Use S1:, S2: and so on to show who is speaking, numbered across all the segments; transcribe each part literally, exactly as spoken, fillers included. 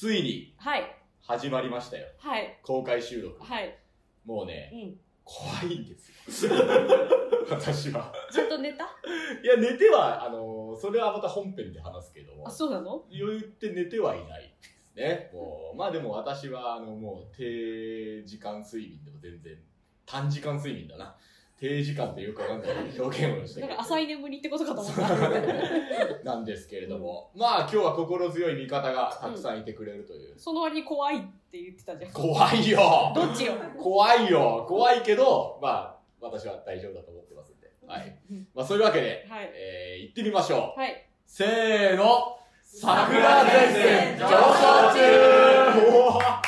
S1: ついに
S2: はい
S1: 始まりましたよ。
S2: はい。
S1: 公開収録。
S2: はい。
S1: もうね、
S2: うん、
S1: 怖いんですよ。私は。
S2: ちゃんと寝た？
S1: いや、寝ては、あのー、それはまた本編で話すけども。
S2: あ、そうなの？
S1: 言って寝てはいないですね。もう、まあでも私は、あの、もう、低時間睡眠でも全然、短時間睡眠だな。低時間ってよくわかんない表現をして
S2: なんか浅い眠りってことかと思った
S1: なんですけれども、うん、まあ今日は心強い味方がたくさんいてくれるという、うん、
S2: その割に怖いって言ってたじゃん。
S1: 怖いよ。
S2: どっちよ。
S1: 怖いよ。怖いけど、まあ私は大丈夫だと思ってますんで、はい。まあそういうわけで、はい、えー、行ってみましょう。はい。せーの、桜前線上昇中。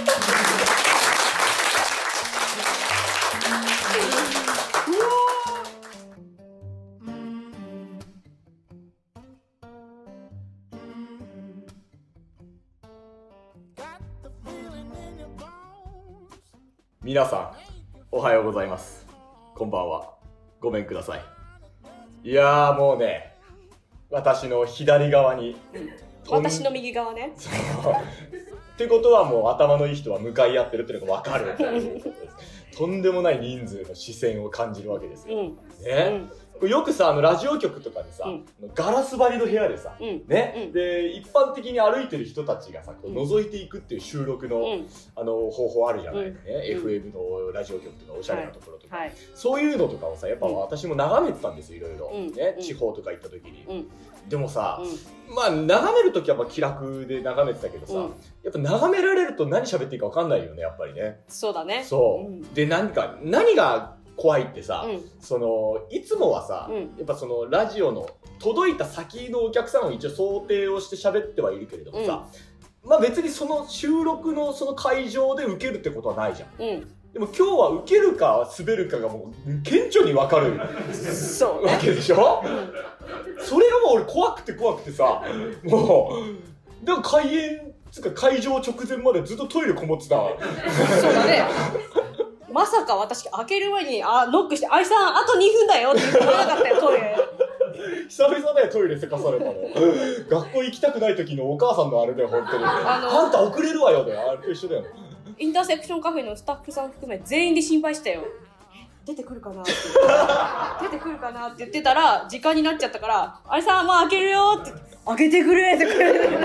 S1: 皆さん、おはようございます。こんばんは。ごめんください。いやーもうね、私の左側に、
S2: 私の右側ね。
S1: ってことはもう頭のいい人は向かい合ってるっていうのが分かるということです。とんでもない人数の視線を感じるわけですよ。うん、ね、うん、よくさ、あのラジオ局とかでさ、うん、ガラス張りの部屋でさ、うん、ね、うん、で一般的に歩いてる人たちがさ、こう覗いていくっていう収録の、うん、あの方法あるじゃない、うん、ね、エフエム のラジオ局とかおしゃれなところとか、はいはい、そういうのとかをさ、やっぱ私も眺めてたんですよ、いろいろ、うん、ね、地方とか行った時に。うん、でもさ、うん、まあ眺める時はまあ気楽で眺めてたけどさ、うん、やっぱ眺められると何喋っていいか分かんないよね、やっぱりね。
S2: そうだね。
S1: そう、うん、で何か何が怖いってさ、うん、そのいつもはさ、うん、やっぱそのラジオの届いた先のお客さんを一応想定をして喋ってはいるけれどもさ、うん、まあ別にその収録のその会場で受けるってことはないじゃん。うん、でも今日は受けるか滑るかがもう顕著に分かるそう、ね、わけでしょ、うん、それがもう俺怖くて怖くてさ、もうでも開演つか会場直前までずっとトイレこもってた。
S2: そうだね。まさか私開ける前にあノックして「あいさんあとにふんだよ」って言わなかったよ、トイレ。
S1: 久々だよトイレせかされたの。学校行きたくない時のお母さんのあれだよ、本当に。あのあんた遅れるわよだよ、あれと一緒だよ。
S2: インターセプションカフェのスタッフさん含め全員で心配したよ。出てくるかなって出てくるかなって言ってたら時間になっちゃったから「あれさんもう開けるよ」って「開けてくれ」ってくれる。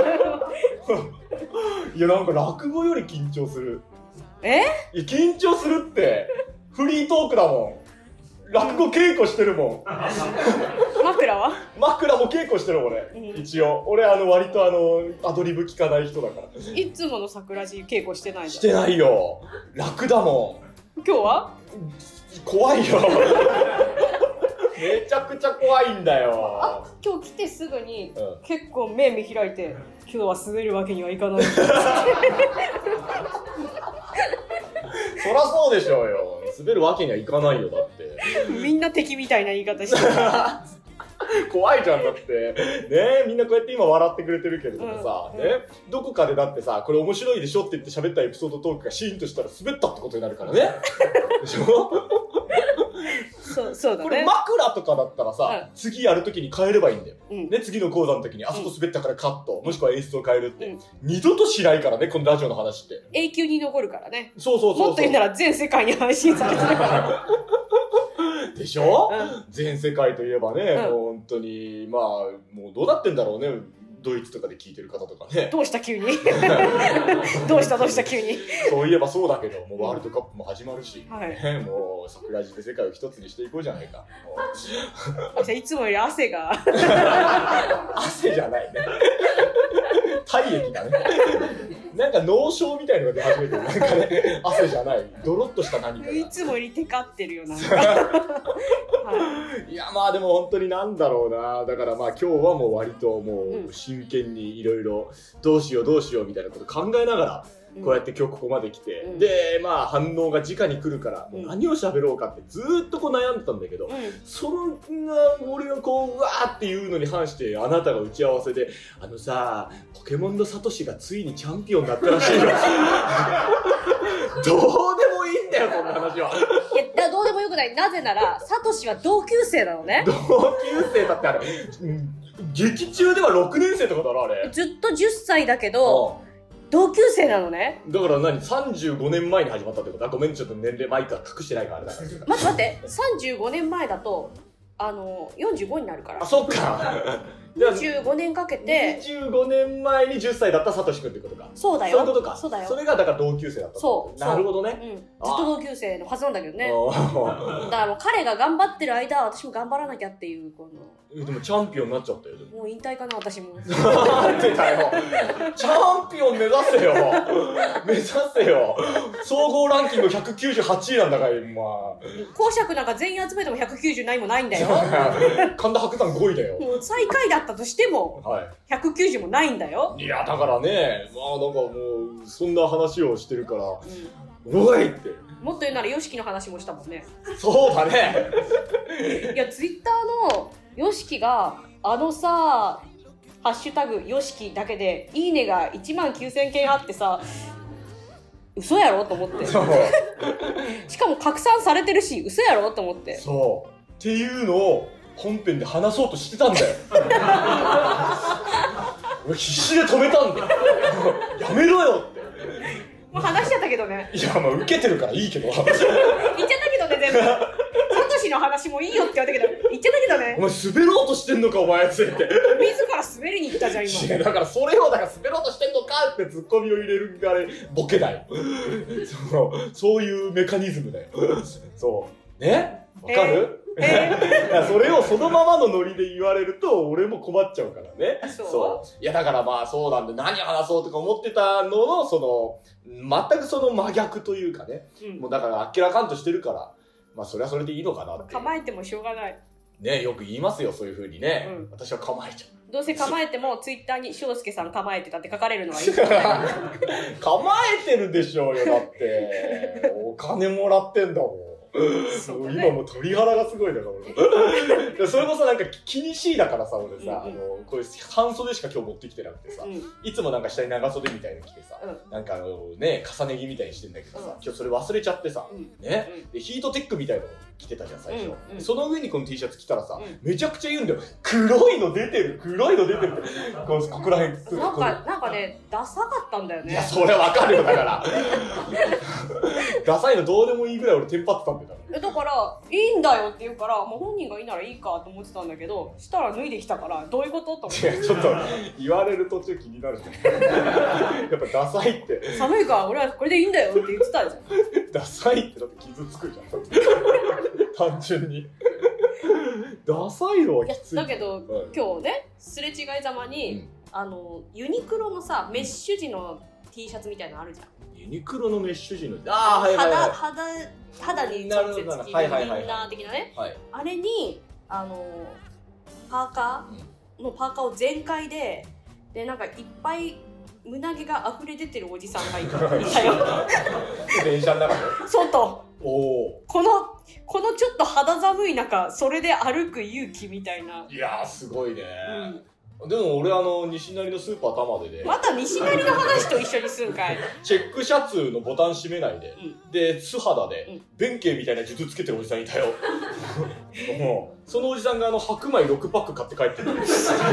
S1: いやなんか落語より緊張する。
S2: え？
S1: いや緊張するって。フリートークだもん。落語稽古してるもん。
S2: 枕は？
S1: 枕も稽古してる俺、うん、一応俺あの割とあのアドリブ聞かない人だから。
S2: いつもの桜地稽古してないじゃん。
S1: してないよ。楽だも
S2: ん。今日は？
S1: 怖いよ。めちゃくちゃ怖いんだよ。
S2: あ、今日来てすぐに、うん、結構目見開いて今日は滑るわけにはいかない。
S1: そらそうでしょうよ。滑るわけにはいかないよ、だって。
S2: みんな敵みたいな言い方してる。
S1: 怖いじゃん、だって。ね、みんなこうやって今笑ってくれてるけれどもさ、うん、ね、どこかでだってさ、これ面白いでしょって言って喋ったエピソードトークがシーンとしたら滑ったってことになるからね。でしょ？
S2: そう、そうだね。
S1: これ枕とかだったらさ、うん、次やるときに変えればいいんだよ。うん、ね、次の講座のときに、あそこ滑ったからカット、うん、もしくは演出を変えるって、うん。二度としないからね、このラジオの話って。
S2: 永久に残るからね。
S1: そうそうそうそう。
S2: もっと言うなら全世界に配信されてるから。
S1: でしょ、うん、全世界といえばね、うん、もう本当に、まあ、もうどうなってんだろうね。ドイツとかで聞いてる方とかね。
S2: どうした急に。どうしたどうした急に。
S1: そういえばそうだけど、もうワールドカップも始まるし、はい、ね、もう桜地で世界を一つにしていこうじゃないか。
S2: あ、じゃあいつもより汗が。
S1: 汗じゃないね。体液だね。なんか脳症みたいなのが出始めてる。なんかね、汗じゃない。ドロッとした何かが。
S2: いつもよりテカってるよなんか。はい、
S1: いやまあでも本当になんだろうな。だからまあ今日はもう割ともう真剣にいろいろどうしようどうしようみたいなこと考えながらこうやって今日ここまで来て、うん、でまあ反応が直に来るからもう何を喋ろうかってずーっとこう悩んでたんだけど、うん、そんな俺がこううわーっていうのに反してあなたが打ち合わせであのさポケモンのサトシがついにチャンピオンになったらしいよ。どうでもいいんだよそんな話は。
S2: いやどうでもよくない。なぜならサトシは同級生なのね。
S1: 同級生だってあれ、うん、劇中ではろくねん生ってことだろあれ。
S2: ずっとじゅっさいだけど、 同級生なのね。
S1: だから何さんじゅうごねんまえに始まったってこと？あ、ごめん、ちょっと年齢マイクは隠してないからあれだから。
S2: 待って待って、さんじゅうごねんまえだとあのよんじゅうごになるから。
S1: あ、そっか。
S2: にじゅうごねんかけて
S1: にじゅうごねんまえにじゅっさいだったサトシ君ってことか。
S2: そうだよ。
S1: そういうことか。
S2: そうだよ。
S1: それがだから同級生だった
S2: そう。
S1: なるほどね。
S2: うん。ずっと同級生のはずなんだけどね。だからもう彼が頑張ってる間私も頑張らなきゃっていうこの。
S1: でもチャンピオンになっちゃったよ。
S2: もう引退かな私も。
S1: なんでだよ。チャンピオン目指せよ。目指せよ。総合ランキングひゃくきゅうじゅうはちいなんだから今。
S2: 公爵なんか全員集めてもひゃくきゅうじゅうないもないんだよ。
S1: 神田伯山ごいだよ。
S2: もう最下位だったとしても、はい、ひゃくきゅうじゅうもないんだよ。
S1: いやだからね、まあなんかもうそんな話をしてるから、うん、おいって。
S2: もっと言うなら ヨシキの話もしたもんね。
S1: そうだね。
S2: いやツイッターのヨシキがあのさハッシュタグヨシキだけでいいねがいちまんきゅうせんけんあってさ、嘘やろと思って。しかも拡散されてるし嘘やろと思って。
S1: そうっていうのを本編で話そうとしてたんだよ。俺必死で止めたんだよ。やめろよって。
S2: もう話しちゃったけどね。
S1: いやまあ受けてるからいいけど。言っちゃった
S2: けどね全部。サトシの話もいいよって言われたけど言っちゃったけどね。
S1: お前滑ろうとしてんのかお前って。自
S2: ら滑りに行ったじゃん今。
S1: いやだからそれをだから滑ろうとしてんのかってツッコミを入れるあれボケだよ。そうそういうメカニズムだよ。そうねわかる？えー、いやそれをそのままのノリで言われると俺も困っちゃうからね。
S2: そう。
S1: そういやだからまあそうなんで何話そうとか思ってたののその全くその真逆というかね、うん、もうだから明らかんとしてるからまあそれはそれでいいのかなって。
S2: 構えてもしょうがない
S1: ね。よく言いますよそういう風にね、うん、私は構えちゃう。
S2: どうせ構えてもツイッターに翔介さん構えてたって書かれるのはいい。
S1: 構えてるでしょうよだってお金もらってんだもん。そう今もう鳥肌がすごいだから俺それこそなんか気にしいだからさ俺さ、うんうん、あのこれ半袖しか今日持ってきてなくてさ、うん、いつもなんか下に長袖みたいの着てさ、うん、なんかあのね重ね着みたいにしてんだけどさ、うん、今日それ忘れちゃってさ、うん、ね、うん、でヒートテックみたいの着てたじゃん最初、うんうん、その上にこの T シャツ着たらさ、うん、めちゃくちゃ言うんだよ。黒いの出てる黒いの出てるってこうここら辺
S2: なんかなんかねダサかったんだよね。
S1: いやそれわかるよだからダサいのどうでもいいぐらい俺テンパってたんだよ。
S2: だからいいんだよって言うからもう本人がいいならいいかと思ってたんだけどしたら脱いできたからどういうことと思って。
S1: いやちょっと言われる途中気になるじゃん。やっぱダサいって
S2: 寒いから俺はこれでいいんだよって言ってたじゃん。
S1: ダサいってだって傷つくじゃん単純にダサいのはきつい。
S2: だけど、はい、今日ねすれ違いざまに、うん、あのユニクロのさメッシュ地の T シャツみたいなのあるじゃん。
S1: ユニクロのメッシュ地のああはいはいはい。
S2: 肌肌に直接着るインナー的なね、はい、あれにあのパーカーのパーカーを全開ででなんかいっぱい胸毛が溢れ出てるおじさんがいたよ。
S1: 電車の中で
S2: 外
S1: お
S2: このこのちょっと肌寒い中それで歩く勇気みたいな。
S1: いやーすごいね、うん、でも俺あの西成のスーパー玉でね
S2: また西成の話と一緒にすんかい。
S1: チェックシャツのボタン閉めないで、うん、で素肌で、うん、弁慶みたいな術つけてるおじさんいたよ。もうそのおじさんがあの白米ろくパック買って帰ってる。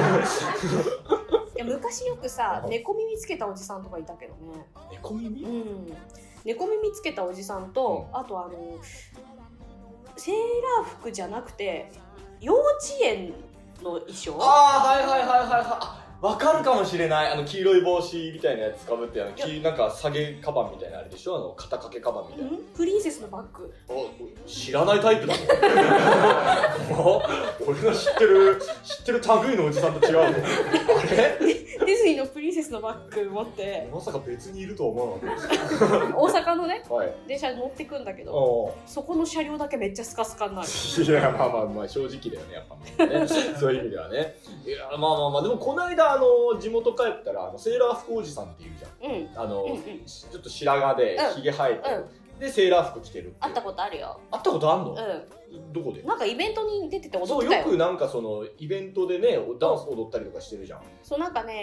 S2: いや昔よくさ猫耳つけたおじさんとかいたけどね。
S1: 猫耳？
S2: うん。猫耳つけたおじさんと、うん、あとあのセーラー服じゃなくて幼稚園の衣装。
S1: ああはいはいはいはいはい。わかるかもしれない。あの黄色い帽子みたいなやつかぶってあのきなんか下げカバンみたいなあれでしょ。あの肩掛けカバンみたいな。
S2: プリンセスのバッグ。
S1: 知らないタイプだもん。俺の知ってる知ってる類のおじさんと違うの。あれ？
S2: ディズニーのプリンセスのバッグ持って
S1: まさか別にいるとは思わなかったです。
S2: 大阪のね、はい、電車に乗ってくんだけどそこの車両だけめっちゃスカスカになる。
S1: いやまあまあまあ正直だよねやっぱね。そういう意味ではね。いやまあまあまあでもこの間あの地元帰ったらあのセーラー服おじさんっていうじゃん、うん、あの、うんうん、ちょっと白髪でひげ生えて、うん、でセーラー服着てるって。
S2: 会ったことあるよ。
S1: 会ったことあんの？
S2: うん。
S1: どこで？
S2: なんかイベントに出てて踊ってたよ。
S1: そうよくなんかそのイベントでねダンス踊ったりとかしてるじゃん。
S2: そうなんかね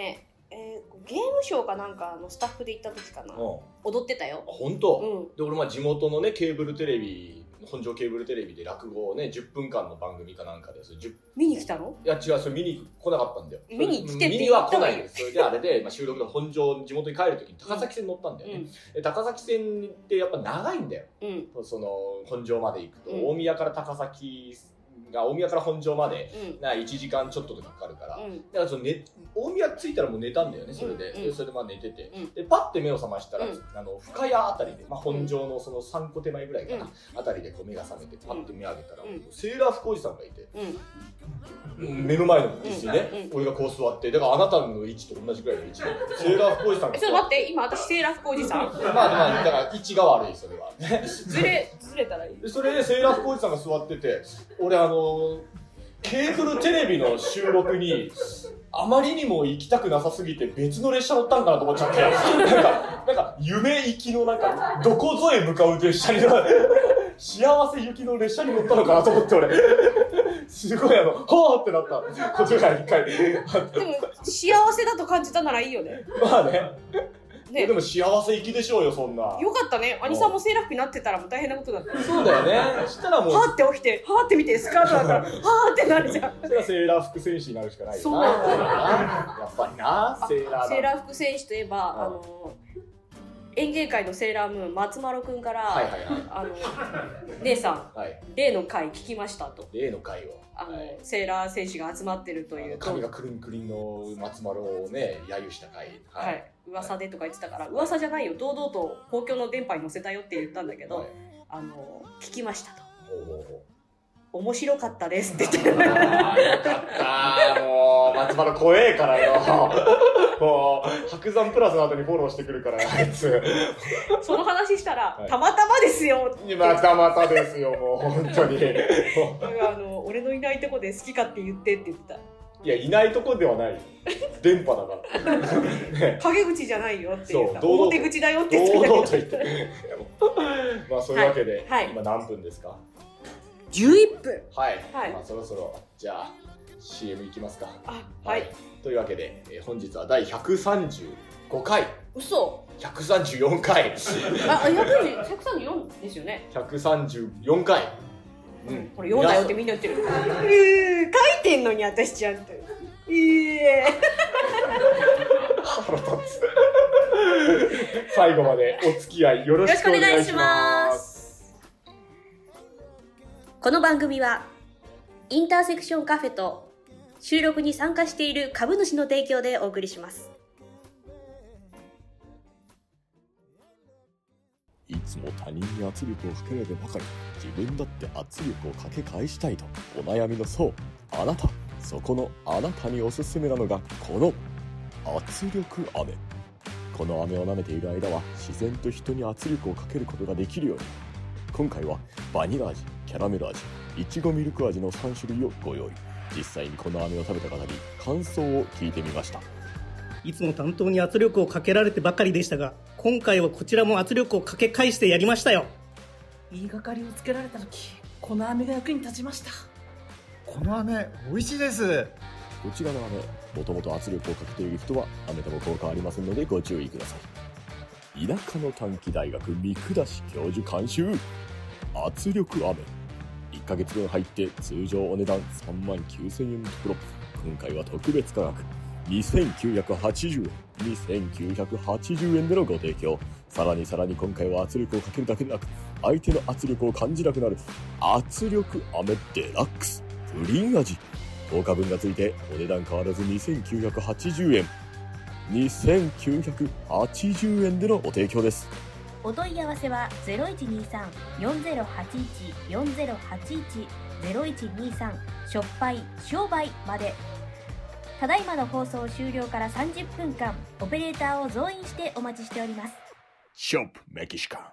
S2: えー、ゲームショーかなんかのスタッフで行った時かな、うん、踊ってたよ。
S1: 本当、うん、で俺まあ地元のねケーブルテレビ本庄ケーブルテレビで落語をねじゅっぷんかんの番組かなんかです。
S2: 見に来たの？
S1: いや違う、それ見に来なかったんだよ。
S2: 見に来てって
S1: 見には来ないんです。それであれで、まあ、収録の本庄地元に帰るときに高崎線乗ったんだよね、うん、高崎線ってやっぱ長いんだよ、うん、その本庄まで行くと、うん、大宮から高崎が大宮から本庄まで、うん、ないちじかんちょっととかかかるから、うん、だからその、ね、大宮着いたらもう寝たんだよね、それで、うん、それでまあ寝てて、うん、でパッて目を覚ましたら、うん、あの深谷あたりで、まあ、本庄のそのさんこ手前ぐらいかな、うん、あたりでこう目が覚めてパッて目を上げたら、うん、セーラー服おじさんがいて、うん、目の前の椅子にね、うん、俺がこう座って、だからあなたの位置と同じぐらいの位置でセーラー服おじさんが
S2: ちょっと待って、今私セーラー服おじさん
S1: まあまあだから位置が悪い、それは
S2: ずれずれたらいい。
S1: それでセーラー服おじさんが座ってて、俺あのケーブルテレビの収録にあまりにも行きたくなさすぎて別の列車乗ったんかなと思っちゃって、なんかなんか夢行きのなんかどこぞへ向かう列車に幸せ行きの列車に乗ったのかなと思って、俺すごいあのはぁってなったことが一回でも
S2: 幸せだと感じたならいいよね。
S1: まあねね、でも幸せ行きでしょうよ、そんな。
S2: よかったね。兄さんもセーラー服になってたらもう大変なことだった。
S1: そうだよね。したらもう
S2: はーって起きて、はーって見てスカートだったらはーってなるじゃん。
S1: それはセーラー服選手になるしかないよな。
S2: そうなんだよな。
S1: やっぱりな、セーラー
S2: セーラー服選手といえば、あの演芸界のセーラームーン松丸くんから、はいはいはい、あの姉さん、はい、例の回聞きましたと。
S1: 例の回を
S2: あの、はい、セーラー選手が集まってるという
S1: 髪がくるんくりんの松丸をね揶揄した回、
S2: はい、はい、噂でとか言ってたから、噂じゃないよ、堂々と公共の電波に乗せたよって言ったんだけど、はい、あの聞きましたと。お面白かったですって言ってる。あ
S1: あ、よかった。もう松丸怖えからよ。もう白山プラスの後にフォローしてくるからあいつ。
S2: その話したら、はい、たまたまですよ。
S1: またまたですよ、もう本当に。
S2: あの俺のいないとこで好き勝手言ってって言ってた。
S1: いや、いないとこではない。電波だから。
S2: ね、陰口じゃないよって言った。表口だよって言ってた。
S1: 堂々と言って。まあそういうわけで、はい、今何分ですか？
S2: じゅういっぷん。
S1: はい。はい、まあそろそろじゃあ シーエム いきますか。
S2: あ、はい。はい、
S1: というわけで、えー、本日はだいひゃくさんじゅうごかい。
S2: 嘘。
S1: ひゃくさんじゅうよんかい。あ、
S2: ひゃくさんじゅうよんですよね。
S1: ひゃくさんじゅうよんかい。
S2: うん、これよんだよってみんな言ってる。うー、書いてんのに私ちゃんと。いえ。
S1: 腹立つ。最後までお付き合いよろしくお願いします。
S2: この番組はインターセクションカフェと収録に参加している株主の提供でお送りします。
S3: いつも他人に圧力をかけられてばかり、自分だって圧力をかけ返したいとお悩みのそうあなた、そこのあなたにおすすめなのがこの圧力飴。この飴を舐めている間は自然と人に圧力をかけることができるように。今回はバニラ味、キャラメル味、いちごミルク味のさんしゅるいをご用意。実際にこの飴を食べた方に感想を聞いてみました。
S4: いつも担当に圧力をかけられてばかりでしたが、今回はこちらも圧力をかけ返してやりましたよ。
S5: 言いがかりをつけられた時、この飴が役に立ちました。
S6: この飴美味しいです。
S3: こちらの飴、もともと圧力をかけている人は飴とも効果ありませんのでご注意ください。田舎の短期大学三下し教授監修圧力飴、いっかげつぶん入って通常お値段さんまんきゅうせんえんのところ、今回は特別価格にせんきゅうひゃくはちじゅうえん、にせんきゅうひゃくはちじゅうえんでのご提供。さらにさらに今回は圧力をかけるだけでなく、相手の圧力を感じなくなる圧力飴デラックスプリン味、効果分がついてお値段変わらずにせんきゅうひゃくはちじゅうえん、にせんきゅうひゃくはちじゅうえんでのご提供です。
S7: お問い合わせは ゼロいちにさん よんゼロはちいち よんゼロはちいち ゼロいちにさん しょっぱい商売まで。ただいまの放送終了からさんじゅっぷんかん、オペレーターを増員してお待ちしております。
S3: ショップメキシカン。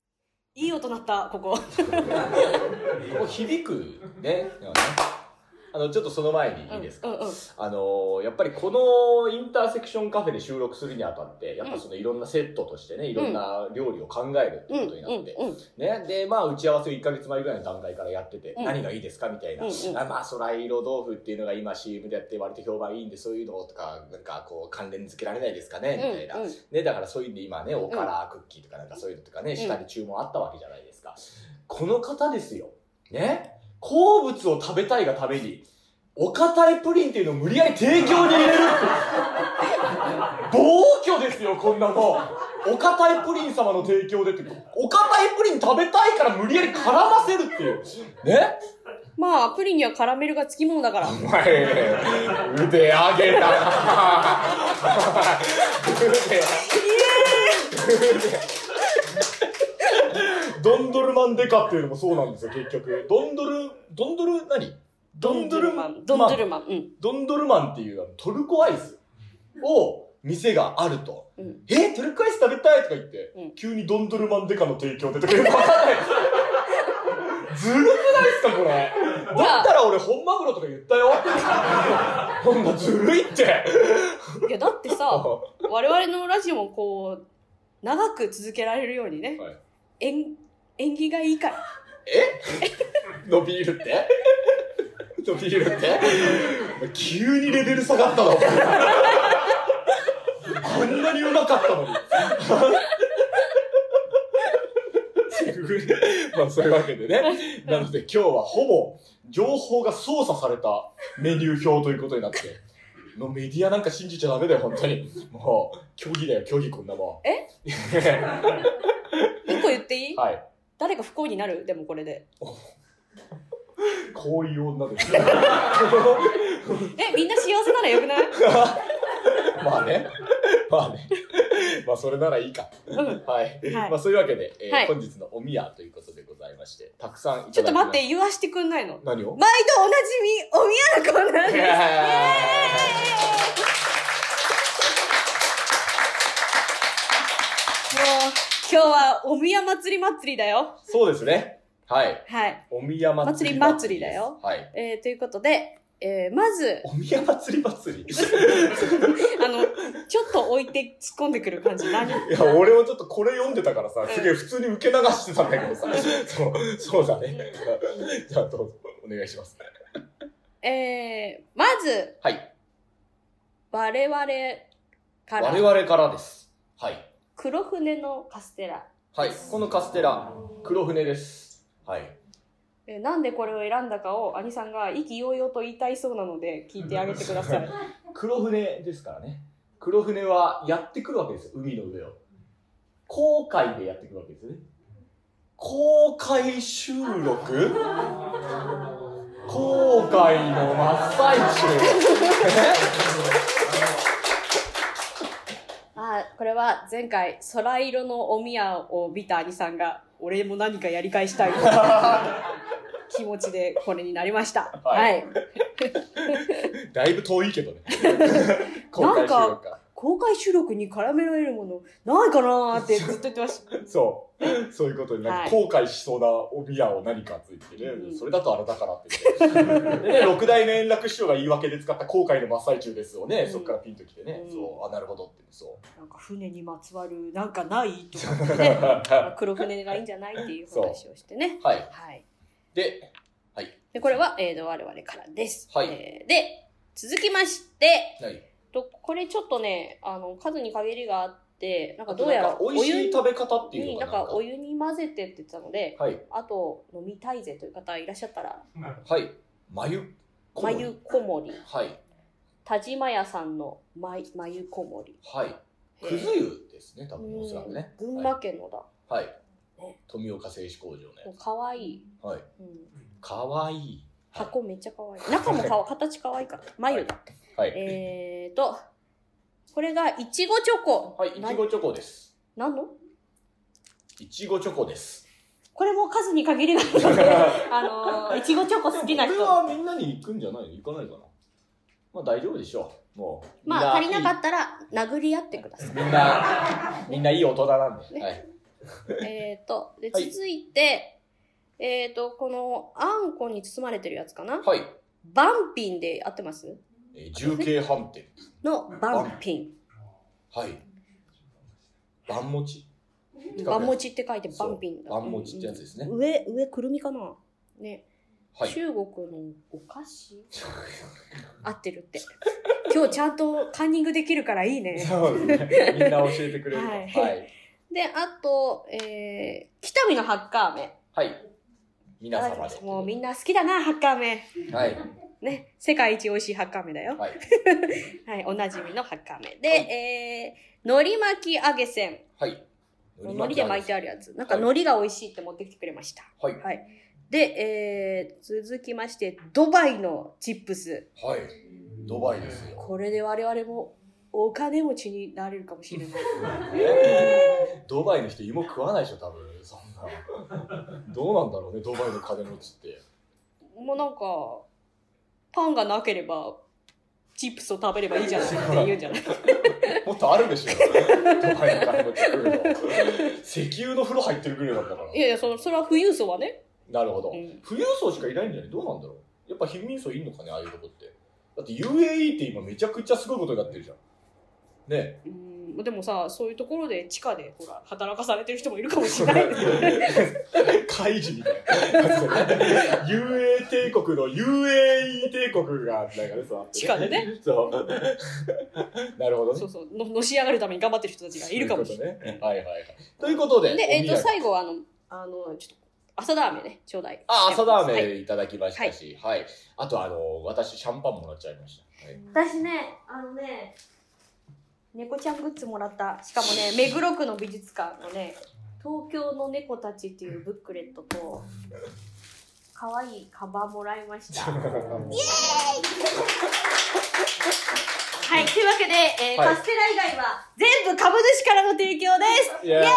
S2: いい音鳴った、ここ。
S1: ここ響くね。 あの、ちょっとその前にいいですか、
S2: うんうんうん、あ
S1: のー、やっぱりこのインターセクションカフェで収録するにあたって、やっぱそのいろんなセットとしてね、いろんな料理を考えるってことになって、うんうんうん、ね。で、まあ、打ち合わせをいっかげつまえぐらいの段階からやってて、うん、何がいいですかみたいな。うんうん、あまあ、空色豆腐っていうのが今 シーエム でやって割と評判いいんで、そういうのとか、なんかこう、関連付けられないですかねみたいな。うんうん、ね、だからそういうんで今ね、おからクッキーとかなんかそういうのとかね、下に注文あったわけじゃないですか。この方ですよ。ね。好物を食べたいがために、お堅いプリンっていうのを無理やり提供に入れるって暴挙ですよ、こんなもん。お堅いプリン様の提供でって、お堅いプリン食べたいから無理やり絡ませるっていう。ね。
S2: まあ、プリンにはカラメルがつきものだから。お前、
S1: 腕上げたな腕、腕。ドンドルマンデカっていうのもそうなんですよ、結局。ドンドル、ドンドル何ドンドルマン。
S2: ドンドルマン。うん。
S1: ドンドルマンっていうトルコアイスを店があると。うん、えトルコアイス食べたいとか言って、うん、急にドンドルマンデカの提供でとか言うのわかんない。ずるくないですかこれ。だったら俺本マグロとか言ったよ。こんなずるいって。
S2: いやだってさ、我々のラジオもこう、長く続けられるようにね。はい、縁、縁起がいいから。
S1: え伸びるって伸びるって急にレベル下がったのあんなにうまかったのにまあそういうわけでね。なので今日はほぼ情報が操作されたメニュー表ということになって、のメディアなんか信じちゃダメだよ、本当に。もう、虚偽だよ、虚偽こんなもん。
S2: え一個言っていい？
S1: はい。
S2: 誰か不幸になる？でもこれで。
S1: こういう女ですね。
S2: え、みんな幸せならよくない？
S1: まあね。まあね。まあそれならいいか。うん、はい。はい、まあそういうわけで、えーはい、本日のおみやということでございまして、たくさんいただきました。
S2: ちょっと待って、言わしてくんないの？
S1: 何を？
S2: 毎度おなじみ、おみやのコーナーです。イエーイ！もう、今日はおみや祭り祭りだよ。
S1: そうですね。はい。
S2: はい。
S1: おみや祭り
S2: 祭りだよ。
S1: はい。
S2: えー、ということで、えー、まず。
S1: おみや祭り祭り
S2: あの、ちょっと置いて突っ込んでくる感じ何？
S1: いや、俺もちょっとこれ読んでたからさ、すげえ普通に受け流してたんだけどさ。そう、そうだね。じゃあどうぞ、お願いします。
S2: えー、まず。
S1: はい。
S2: 我々から。
S1: 我々からです。はい。
S2: 黒船のカステラ。
S1: はい。このカステラ、黒船です。はい。
S2: えなんでこれを選んだかを兄さんが意気揚々と言いたいそうなので聞いてあげてください。
S1: 黒船ですからね。黒船はやってくるわけですよ、海の上を。航海でやってくるわけですよね。公開収録航海の真っ最中。
S2: あ、これは前回空色のおみやを見た兄さんが俺も何かやり返したい気持ちでこれになりました。はい。はい、
S1: だいぶ遠いけどね。
S2: なんか公開収録に絡められるものないかなーってずっと言ってました。
S1: そう。そういうことになんか後悔しそうなおみやを何かついてね、うん、それだとあれだからって言って。でね、六代目円楽師匠が言い訳で使った後悔の真っ最中ですをね、うん、そっからピンときてね、うん、そう、あ、なるほどって、そう。
S2: なんか船にまつわるなんかないとかってね、黒船がいいんじゃないっていう話をしてね。
S1: はい。
S2: はい。
S1: で、はい。
S2: で、これは、えーと、我々からです。
S1: はい。
S2: えー、で、続きまして、
S1: はい。
S2: と、これちょっとね、あの、数に限りがあって、なんかどうやら、
S1: 美味しい食べ方っていうの
S2: がなんかお湯に混ぜてって言ってたので、
S1: はい。
S2: あと、飲みたいぜという方いらっしゃったら、
S1: はい。まゆ
S2: まゆこもり。
S1: はい。
S2: 田島屋さんのままゆこもり。
S1: はい。くず湯ですね、多分おそらくね。
S2: 群馬県のだ。
S1: はい。ね、富岡製紙工場ね。
S2: かわいい。
S1: はい。うん、かわいい。
S2: 箱めっちゃかわいい。中もかわ形かわいいから。眉だ。
S1: はい。
S2: えーと、これがいちごチョコ。
S1: はい、いちごチョコです。
S2: 何の？
S1: いちごチョコです。
S2: これも数に限りがあるので、あのー、いちごチョコ好きな人。
S1: これはみんなに行くんじゃないの？行かないかな？まあ大丈夫でしょう。もう。
S2: まあ足りなかったら殴り合ってください。
S1: みんな、みんないい大人なんで。ね、はい。
S2: えーと、で、続いて、はい、えーと、このあんこに包まれてるやつかな？
S1: はい。
S2: バンピンで合ってます？
S1: えー、重慶飯店
S2: のバンピン。
S1: はい。バンモチ？
S2: バンモチって書いてバンピンだ。
S1: バンモチってやつですね。
S2: 上、上くるみかなね。
S1: はい、
S2: 中国のお菓子合ってるって。今日ちゃんとカンニングできるからいいね。
S1: そうですね。みんな教えてくれる。はい。はい、
S2: で、あと、えー、北見のハッカー飴。
S1: はい。皆様で。
S2: もうみんな好きだな、ハッカー飴。
S1: はい。
S2: ね、世界一美味しいハッカー飴だよ。
S1: はい。
S2: はい、おなじみのハッカー飴。で、はい、えー、海苔巻き揚げせん。
S1: はい。
S2: 海苔で巻いてあるやつ。なんか海苔が美味しいって持ってきてくれました。
S1: はい。
S2: はい。で、えー、続きまして、ドバイのチップス。
S1: はい。ドバイですよ。
S2: これで我々もお金持ちになれるかもしれない。
S1: えー、ドバイの人芋食わないでしょ、多分。そんな。どうなんだろうね、ドバイの金持ちって。
S2: もうなんか、パンがなければ、チップスを食べればいいじゃないって言うんじゃない
S1: もっとあるでしょ。ドバイの金持ち来るの。石油の風呂入ってるぐらいなんだから。
S2: いやいや、その、それは富裕層はね。
S1: なるほど、うん。富裕層しかいないんじゃない？どうなんだろう。やっぱ貧民層いんのかね、ああいうとこって。だって ユーエーイー って今めちゃくちゃすごいことになってるじゃん。ね。
S2: うん、でもさ、そういうところで地下でほら働かされてる人もいるかもしれない。
S1: 怪獣みたいな。ユーエー 帝国の ユーエーイー 帝国がなんかね、そう、
S2: 地下でね。
S1: そう。なるほどね。
S2: そうそうの、のし上がるために頑張ってる人たちがいるかもしれない。
S1: そういうことね。はいはいはい。ということで。
S2: で、えっ、ー、と、最後はあの、あの、ちょっと、朝ラーメンね、ちょうだい。
S1: あ、朝ラーメンいただきましたし、はい。はい、あとあの、私、シャンパンもらっちゃいました。はい、
S2: 私ね、あのね、猫ちゃんグッズもらった。しかもね、目黒区の美術館のね、東京の猫たちっていうブックレットと、可愛いカバンもらいました。イエーイはい、というわけで、えーはい、カステラ以外は全部株主からの提供です。イエーイ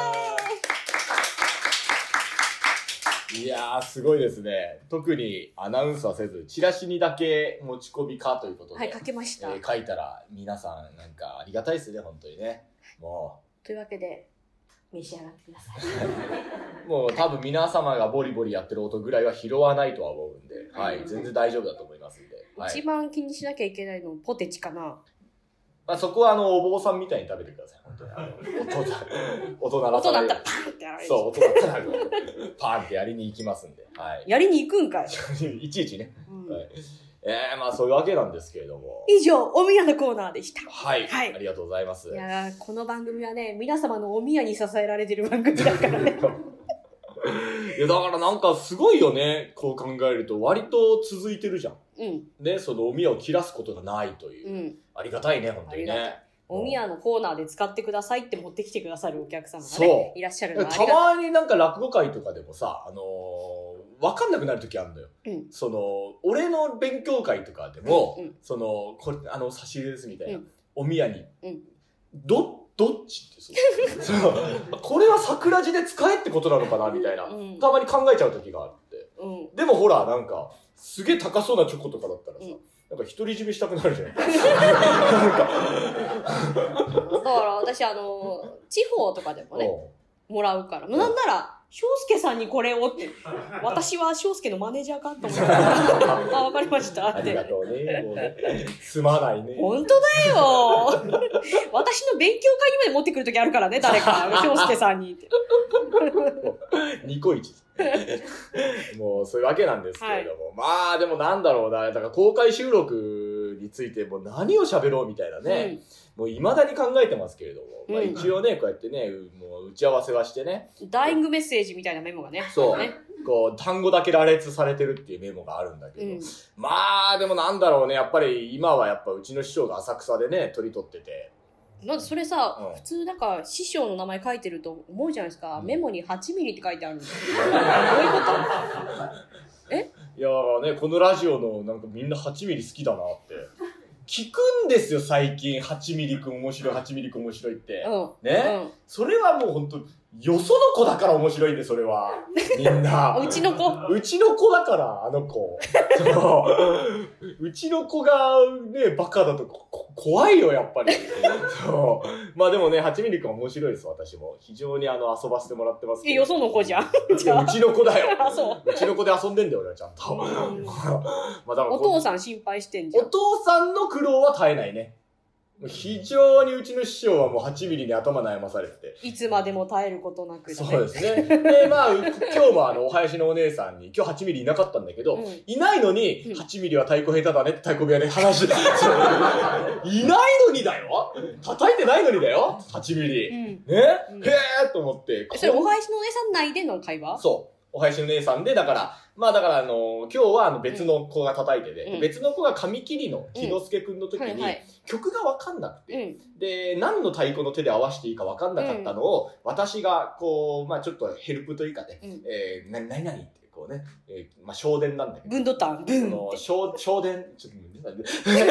S1: いやー、すごいですね。特にアナウンスはせず、チラシにだけ持ち込みかということで。
S2: はい、書けました。
S1: えー、書いたら、皆さん、なんか、ありがたいですね、本当にね。も
S2: う。というわけで、召し上がってください。
S1: もう、多分皆様がボリボリやってる音ぐらいは拾わないとは思うんで、はい、全然大丈夫だと思いますんで。はい、
S2: 一番気にしなきゃいけないの、ポテチかな。
S1: まあ、そこはあのお坊さんみたいに食べてください。本当にあの音だ音鳴らさない。
S2: 音だったらパンってやられる。
S1: そう、音だったらパンってやりに行きますんで。はい。
S2: やりに行くんかい。
S1: いちいちね。
S2: うん、
S1: はい、えー、まあそういうわけなんですけれども。
S2: 以上、おみやのコーナーでした。
S1: はい。はい。ありがとうございます。
S2: いやー、この番組はね、皆様のおみやに支えられてる番組だからね。
S1: いや、だからなんかすごいよね。こう考えると割と続いてるじゃん。
S2: うん。
S1: ね、そのおみやを切らすことがないという。
S2: うん。
S1: ありがたいね、本当にね。
S2: おみやのコーナーで使ってくださいって持ってきてくださるお客様がね、いらっしゃるのはありがたい。
S1: たまになんか落語会とかでもさ、あのー、わかんなくなる時あるんだよ。うん、その、俺の勉強会とかでも、うんうん、その、これ、あの、差し入れですみたいな、うん、おみやに、うん、ど、どっちってそうそうこれは桜地で使えってことなのかなみたいな、うん、たまに考えちゃう時があって。うん、でもほら、なんか、すげえ高そうなチョコとかだったらさ、うんなんか独り占めしたくなるじゃないなんか
S2: だから私あの地方とかでもねもらうからなんなら翔介さんにこれをって私は翔介のマネージャーかと思ったらあ、わかりましたって
S1: ありがとうねもうねすまないね
S2: 本当だよ私の勉強会にまで持ってくるときあるからね誰か翔介さんにって
S1: ニコイチもうそういうわけなんですけれども、はい、まあでもなんだろうなだから公開収録についてもう何を喋ろうみたいなね、うん、もう未だに考えてますけれども、うんまあ、一応ねこうやってねもう打ち合わせはしてね
S2: ダイイングメッセージみたいなメモがね
S1: そう
S2: ね
S1: こう単語だけ羅列されてるっていうメモがあるんだけど、うん、まあでもなんだろうねやっぱり今はやっぱうちの師匠が浅草でね取り取ってて
S2: なんでそれさ、うん、普通なんか師匠の名前書いてると思うじゃないですか、うん、メモにはちミリって書いてあるんですよどういうことえ
S1: いやーねこのラジオのなんかみんなはちミリ好きだなって聞くんですよ最近はちミリくん面白いはちミリくん面白いって、うん、ね、うん、それはもう本当よその子だから面白いんでそれはみんな
S2: うちの子
S1: うちの子だからあの子そううちの子がねバカだとこ怖いよ、やっぱり。そう。まあでもね、はちミリくん面白いです、私も。非常にあの、遊ばせてもらってますけど。
S2: え、よその子じゃん。
S1: いや、うちの子だよ。
S2: あ、そう。
S1: うちの子で遊んでんだよ、俺はちゃんと。まあだから
S2: お父さん心配してんじゃん。
S1: お父さんの苦労は絶えないね。非常にうちの師匠はもうはちミリに頭悩まされてて。
S2: いつまでも耐えることなく、ね。
S1: そうですね。で、まあ、今日もあの、お囃子のお姉さんに、今日はちミリいなかったんだけど、うん、いないのに、はちミリは太鼓下手だねって太鼓部屋で話して、いないのにだよ叩いてないのにだよ !はちミリ。うん、ね、うん、へーと思って。
S2: それお囃子のお姉さん内での会話？
S1: そう。お囃子の姉さんで、だから、まあだからあの、今日はあの別の子が叩いてて、うん、別の子が紙切りの木之助くんの時に、曲がわかんなくて、うん、で、何の太鼓の手で合わせていいかわかんなかったのを、うん、私がこう、まあちょっとヘルプというかね、うん、えー、な、なになにってこうね、えー、まあ小電なんだけど。
S2: ブンドタン、ブン。
S1: その、小、小電、ちょっと、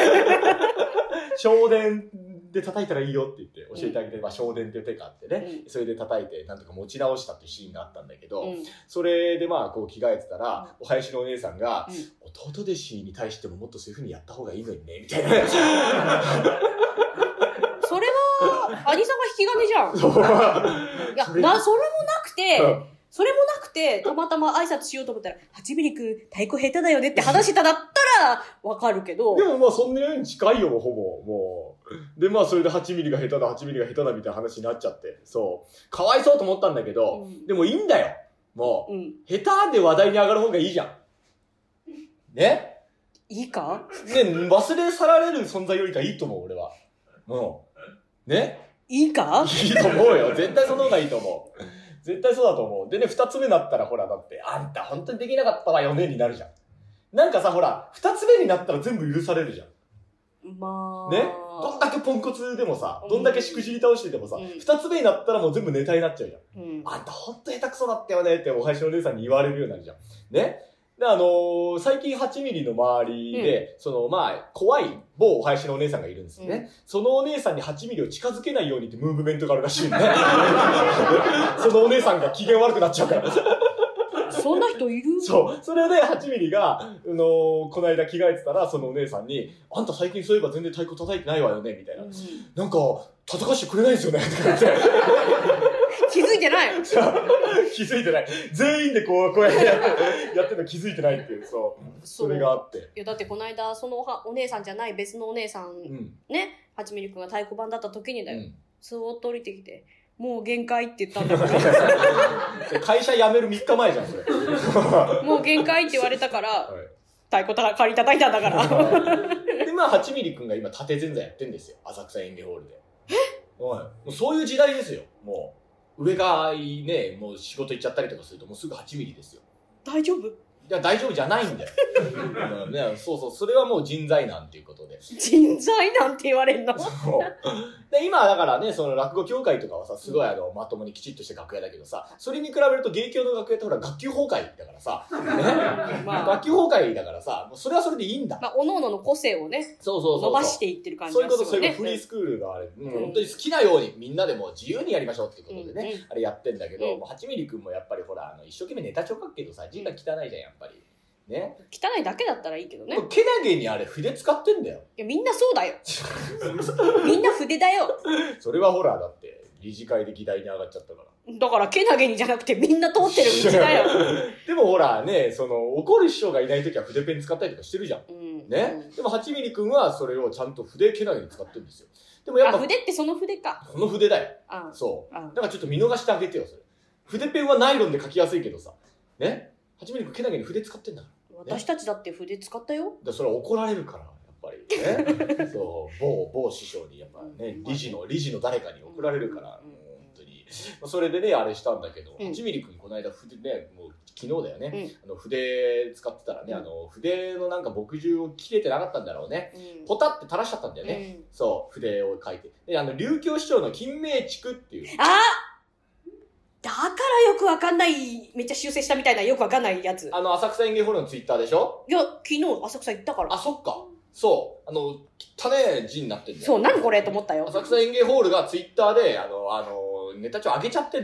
S1: 小電、で叩いたらいいよって言って教えてあげて、うん、まあ、小電っていう手があってね、うん、それで叩いてなんとか持ち直したっていうシーンがあったんだけど、うん、それでまあこう着替えてたら、うん、お囃子のお姉さんが、うん、弟弟子に対してももっとそういう風にやった方がいいのにねみたいなそれ
S2: は兄さんが引き金じゃん。いや、それなそれもなくて、うんそれもなくて、たまたま挨拶しようと思ったら、はちミリくん、太鼓下手だよねって話しただったら、わかるけど。
S1: でもまあそんなように近いよ、ほぼ。もう。で、まあそれではちミリが下手だ、はちミリが下手だみたいな話になっちゃって。そう。かわいそうと思ったんだけど、うん、でもいいんだよ。もう、うん。下手で話題に上がる方がいいじゃん。ね
S2: いいか
S1: ね、忘れ去られる存在よりかいいと思う、俺は。もう。ね
S2: いいか
S1: いいと思うよ。絶対その方がいいと思う。絶対そうだと思う。でね、二つ目になったらほら、だって、あんた本当にできなかったわよねになるじゃん。なんかさ、ほら、二つ目になったら全部許されるじゃん。
S2: まあ。
S1: ねどんだけポンコツでもさ、どんだけしくじり倒しててもさ、二、うん、つ目になったらもう全部ネタになっちゃうじゃん。うん、あんたほんと下手くそだったよねってお囃子の姉さんに言われるようになるじゃん。ねで、あのー、最近はちミリの周りで、うん、その、まあ、怖い某お囃子のお姉さんがいるんですよね。うん、そのお姉さんにはちミリを近づけないようにってムーブメントがあるらしいんで、ね。そのお姉さんが機嫌悪くなっちゃうから。
S2: そんな人いる？
S1: そう。それではちミリが、あのー、この間着替えてたら、そのお姉さんに、あんた最近そういえば全然太鼓叩いてないわよね、みたいな。うん、なんか、叩かしてくれないんですよね、とか言って。
S2: 気づいてない
S1: 気づいてない。全員でこう、こうやってやって、やってるの気づいてないっていう、そう。それがあって。い
S2: や、だってこの間、そのお、お姉さんじゃない別のお姉さん、うん、ね、はちミリくんが太鼓判だった時にだよ。うん、そーっと降りてきて、もう限界って言ったんだから。
S1: 会社辞めるみっかまえじゃん、それ。
S2: もう限界って言われたから、はい、太鼓た借り叩いたんだから。
S1: で、まあ、はちミリくんが今、縦前座やってんですよ。浅草演芸ホールで。えはい。もうそういう時代ですよ、もう。上がね、もう仕事行っちゃったりとかするともうすぐはちミリですよ。
S2: 大丈夫？い
S1: や、大丈夫じゃないんだよ。ね、そうそう、それはもう人材なんていうことで。
S2: 人材なんて言われんの？そう。
S1: で、今だからね、その落語協会とかはさ、すごいあの、まともにきちっとした楽屋だけどさ、それに比べると芸協の楽屋ってほら、学級崩壊だからさ、ね。まあ、学級崩壊だからさ、もうそれはそれでいいんだ。
S2: まあ、おのおのの個性をね、
S1: そうそうそうそう。
S2: 伸ばしていってる感じがするよね。
S1: そういうこと、そういうフリースクールがあれ、うん、本当に好きなようにみんなでも自由にやりましょうっていうことでね、うん、あれやってんだけど、うん、はちミリくんもやっぱりほら、あの一生懸命ネタ帳書くけどさ、字が汚いじゃん、やっぱり。ね、
S2: 汚いだけだったらいいけどね。
S1: けなげにあれ筆使ってんだよ。
S2: いやみんなそうだよ。みんな筆だよ。
S1: それはほらだって理事会で議題に上がっちゃったから。
S2: だからけなげにじゃなくてみんな通ってる道だよ。
S1: でもほらね、その怒る師匠がいないときは筆ペン使ったりとかしてるじゃん。うん、ね、うん。でもはちミリくんはそれをちゃんと筆けなげに使ってるんですよ。でもやっぱ
S2: 筆ってその筆か。
S1: その筆だよ。ああそう。ああだからちょっと見逃してあげてよそれ。筆ペンはナイロンで書きやすいけどさ、ね。はちミリくんけなげに筆使ってんだから。
S2: 私たちだって筆使ったよ。
S1: だそれは怒られるからやっぱりね。そう某某師匠にやっぱね理事の理事の誰かに怒られるから、うん、本当に。それでねあれしたんだけど、うん、はちミリくんこの間筆ねもう昨日だよね、うん、あの筆使ってたらね、うん、あの筆のなんか墨汁を切れてなかったんだろうね。うん、ポタって垂らしちゃったんだよね。うん、そう筆を書いてであの琉球師匠の金明竹っていう。
S2: あだからよくわかんない、めっちゃ修正したみたいなよくわかんないやつ。
S1: あの、浅草演芸ホールのツイッターでしょ？
S2: いや、昨日浅草行ったから。
S1: あ、そっか。そう。あの、汚ね字になってんだよ。
S2: そう、何これと思ったよ。
S1: 浅草演芸ホールがツイッターで、あの、あの、ネタ帳上げちゃってんだよ。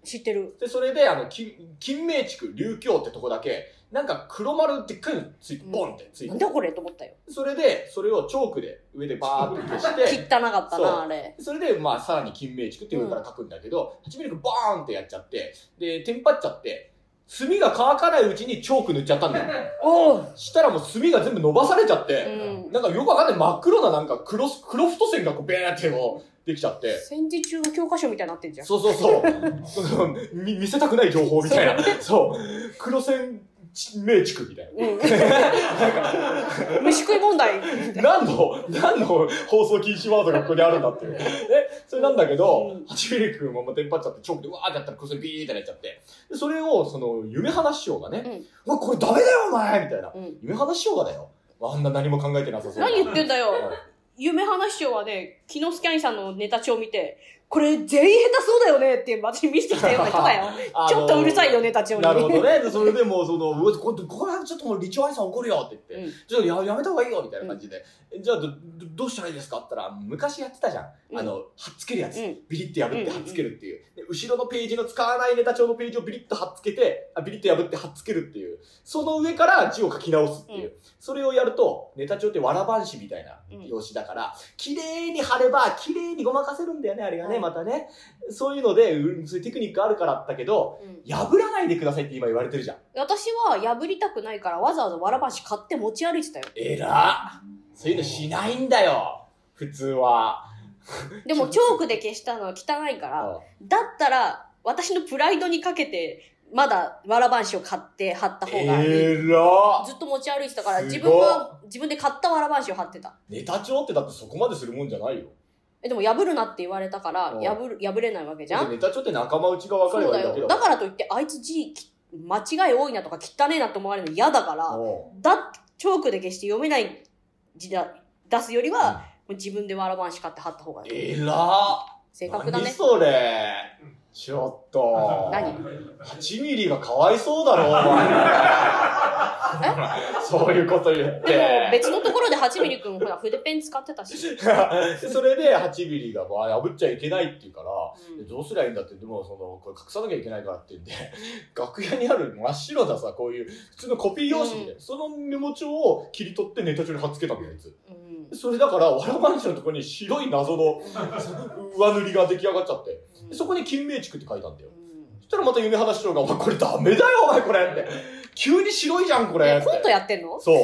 S2: 知ってる。
S1: で、それで、あの、金、金明地区、琉球ってとこだけ、なんか黒丸でっかいのついて、ボンってついて、うん。
S2: なんだこれと思ったよ。
S1: それで、それをチョークで上でバーって消して。
S2: 汚かったな、あれ。
S1: それで、まあ、さらに金明地区って上から書くんだけど、はちミリくバーンってやっちゃって、で、テンパっちゃって、墨が乾かないうちにチョーク塗っちゃったんだよ。おうしたらもう墨が全部伸ばされちゃって、うん、なんかよくわかんない真っ黒ななんか黒、黒太線がこうベーってこうできちゃって。
S2: 戦時中の教科書みたいになってんじゃん。
S1: そうそうそう。見, 見せたくない情報みたいな。そう。黒線明地区みたいな。うん、なんか
S2: 虫食い問題。
S1: 何の、何の放送禁止ワードがここにあるんだっていう。え、それなんだけど、はちミリくんもテンパっちゃって、チョークでわーってやったら黒線ビーってなっちゃって。でそれを、その、夢話師匠がね、うん、うわ、これダメだよお前みたいな。うん、夢話師匠がだよ。あんな何も考えてなさそうな。
S2: 何言ってんだよ。夢話師匠はね、木之助兄さんのネタ帳を見て、これ全員下手そうだよねって私見せてきたような人だよ。ちょっとうるさいよね、ネタ帳に。
S1: なるほどね。それでもうその、これ、これちょっともうリチョアイさん怒るよって言って、うん、ちょっと や, やめた方がいいよみたいな感じで、うん、じゃあど、どうしたらいいですかって言ったら、昔やってたじゃん。うん、あの、はっつけるやつ。うん、ビリッて破ってはっつけるっていう、で。後ろのページの使わないネタ帳のページをビリッとはっつけて、あビリッと破ってはっつけるっていう。その上から字を書き直すっていう。うん、それをやると、ネタ帳ってわらばんしみたいな用紙だから、綺麗に貼れば、綺麗にごまかせるんだよね、あれがね、またね。そういうので、うん、そういうテクニックあるからだけど、うん、破らないでくださいって今言われてるじゃん。
S2: 私は破りたくないからわざわざわらばんし買って持ち歩いてたよ。
S1: えらっ。そういうのしないんだよ。普通は。
S2: でもチョークで消したのは汚いから、だったら私のプライドにかけて、まだわらばんしを買って貼った方がいい。
S1: えらっ。
S2: ずっと持ち歩いてたから、自分は自分で買ったわらばんしを貼ってた。
S1: ネタ帳ってだってそこまでするもんじゃないよ。
S2: え、でも破るなって言われたから、破る、破れないわけじゃん。
S1: ネタ帳って仲間内が分かればいいだけだ。
S2: だからといって、あいつ字、間違い多いなとか汚ねえなと思われるの嫌だから、だ、チョークで消して読めない字だ、出すよりは、うん、自分でわらばんし買って貼った方がいい。
S1: えらー。
S2: 正確だね。
S1: 何それ。ちょっと。
S2: 何 ?は
S1: ち ミリがかわいそうだろ、お前。そういうこと言って。
S2: でも別のところではちミリくんほら筆ペン使ってたし。
S1: それではちミリがまあ破っちゃいけないって言うから、うん、どうすりゃいいんだって、でもその、これ隠さなきゃいけないからって言うんで、楽屋にある真っ白なさ、こういう普通のコピー用紙で、うん、そのメモ帳を切り取ってネタ帳に貼っつけたんだよ、あいつ。うん、それだから、わらばんしのところに白い謎の上塗りが出来上がっちゃって、うん、そこに金明地区って書いたんだよ。そしたらまた夢話師匠が、お前これダメだよお前これって。急に白いじゃんこれって。
S2: コントやってんの？
S1: そう。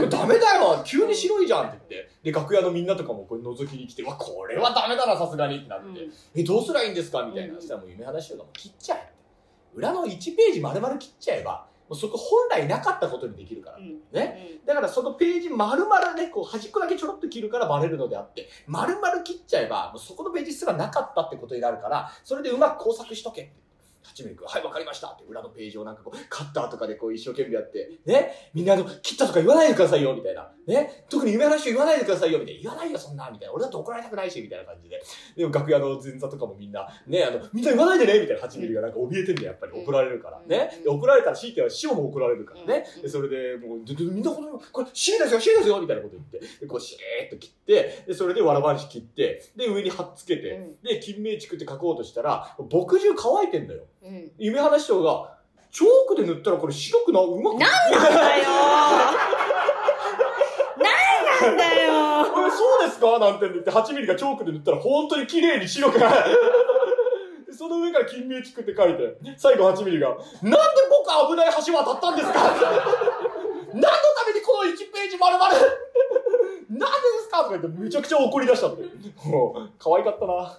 S1: ダメだよ急に白いじゃんって言って。で、楽屋のみんなとかもこれ覗きに来て、わ、これはダメだなさすがにってなって。うん、え、どうすりゃいいんですかみたいな。そしたらもう夢話師匠がもう切っちゃえ。裏のいちページ丸々切っちゃえば、もうそこ本来なかったことにできるから。うん、ね、うん。だからそのページ丸々ね、こう端っこだけちょろっと切るからバレるのであって、丸々切っちゃえば、もうそこのページすらなかったってことになるから、それでうまく工作しとけって。はちミリくん、はい、わかりましたって裏のページをなんかこう、カッターとかでこう一生懸命やって、ね、みんなあの、切ったとか言わないでくださいよ、みたいな。ね、特に夢話を言わないでくださいよ、みたいな。言わないよ、そんな、みたいな。俺だって怒られたくないし、みたいな感じで。でも楽屋の前座とかもみんな、ね、あの、みんな言わないでね、みたいなはちミリがなんか怯えてんだよ、やっぱり。怒られるから。ね。で怒られたら強いては師匠も怒られるからね。で、それでもう、みんなこの、これ、シーですよ、シーですよ、みたいなこと言って。で、こう、シーっと切って、で、それでわらばんし切って、で、上に貼っつけて、で、金明地区って書こうとしたら、墨汁乾いてんだよ。うん、夢話師匠が、チョークで塗ったらこれ白くな、うまくな
S2: なんなんだよなんなんだよ
S1: そうですかなんて言って、はちミリがチョークで塗ったら本当に綺麗に白くなる。その上から金明地区って書いて、最後はちミリが、なんで僕危ない橋渡ったんですか何のためにこのいちページ丸々なんでですかとか言ってめちゃくちゃ怒り出したって。もう、可愛かったな。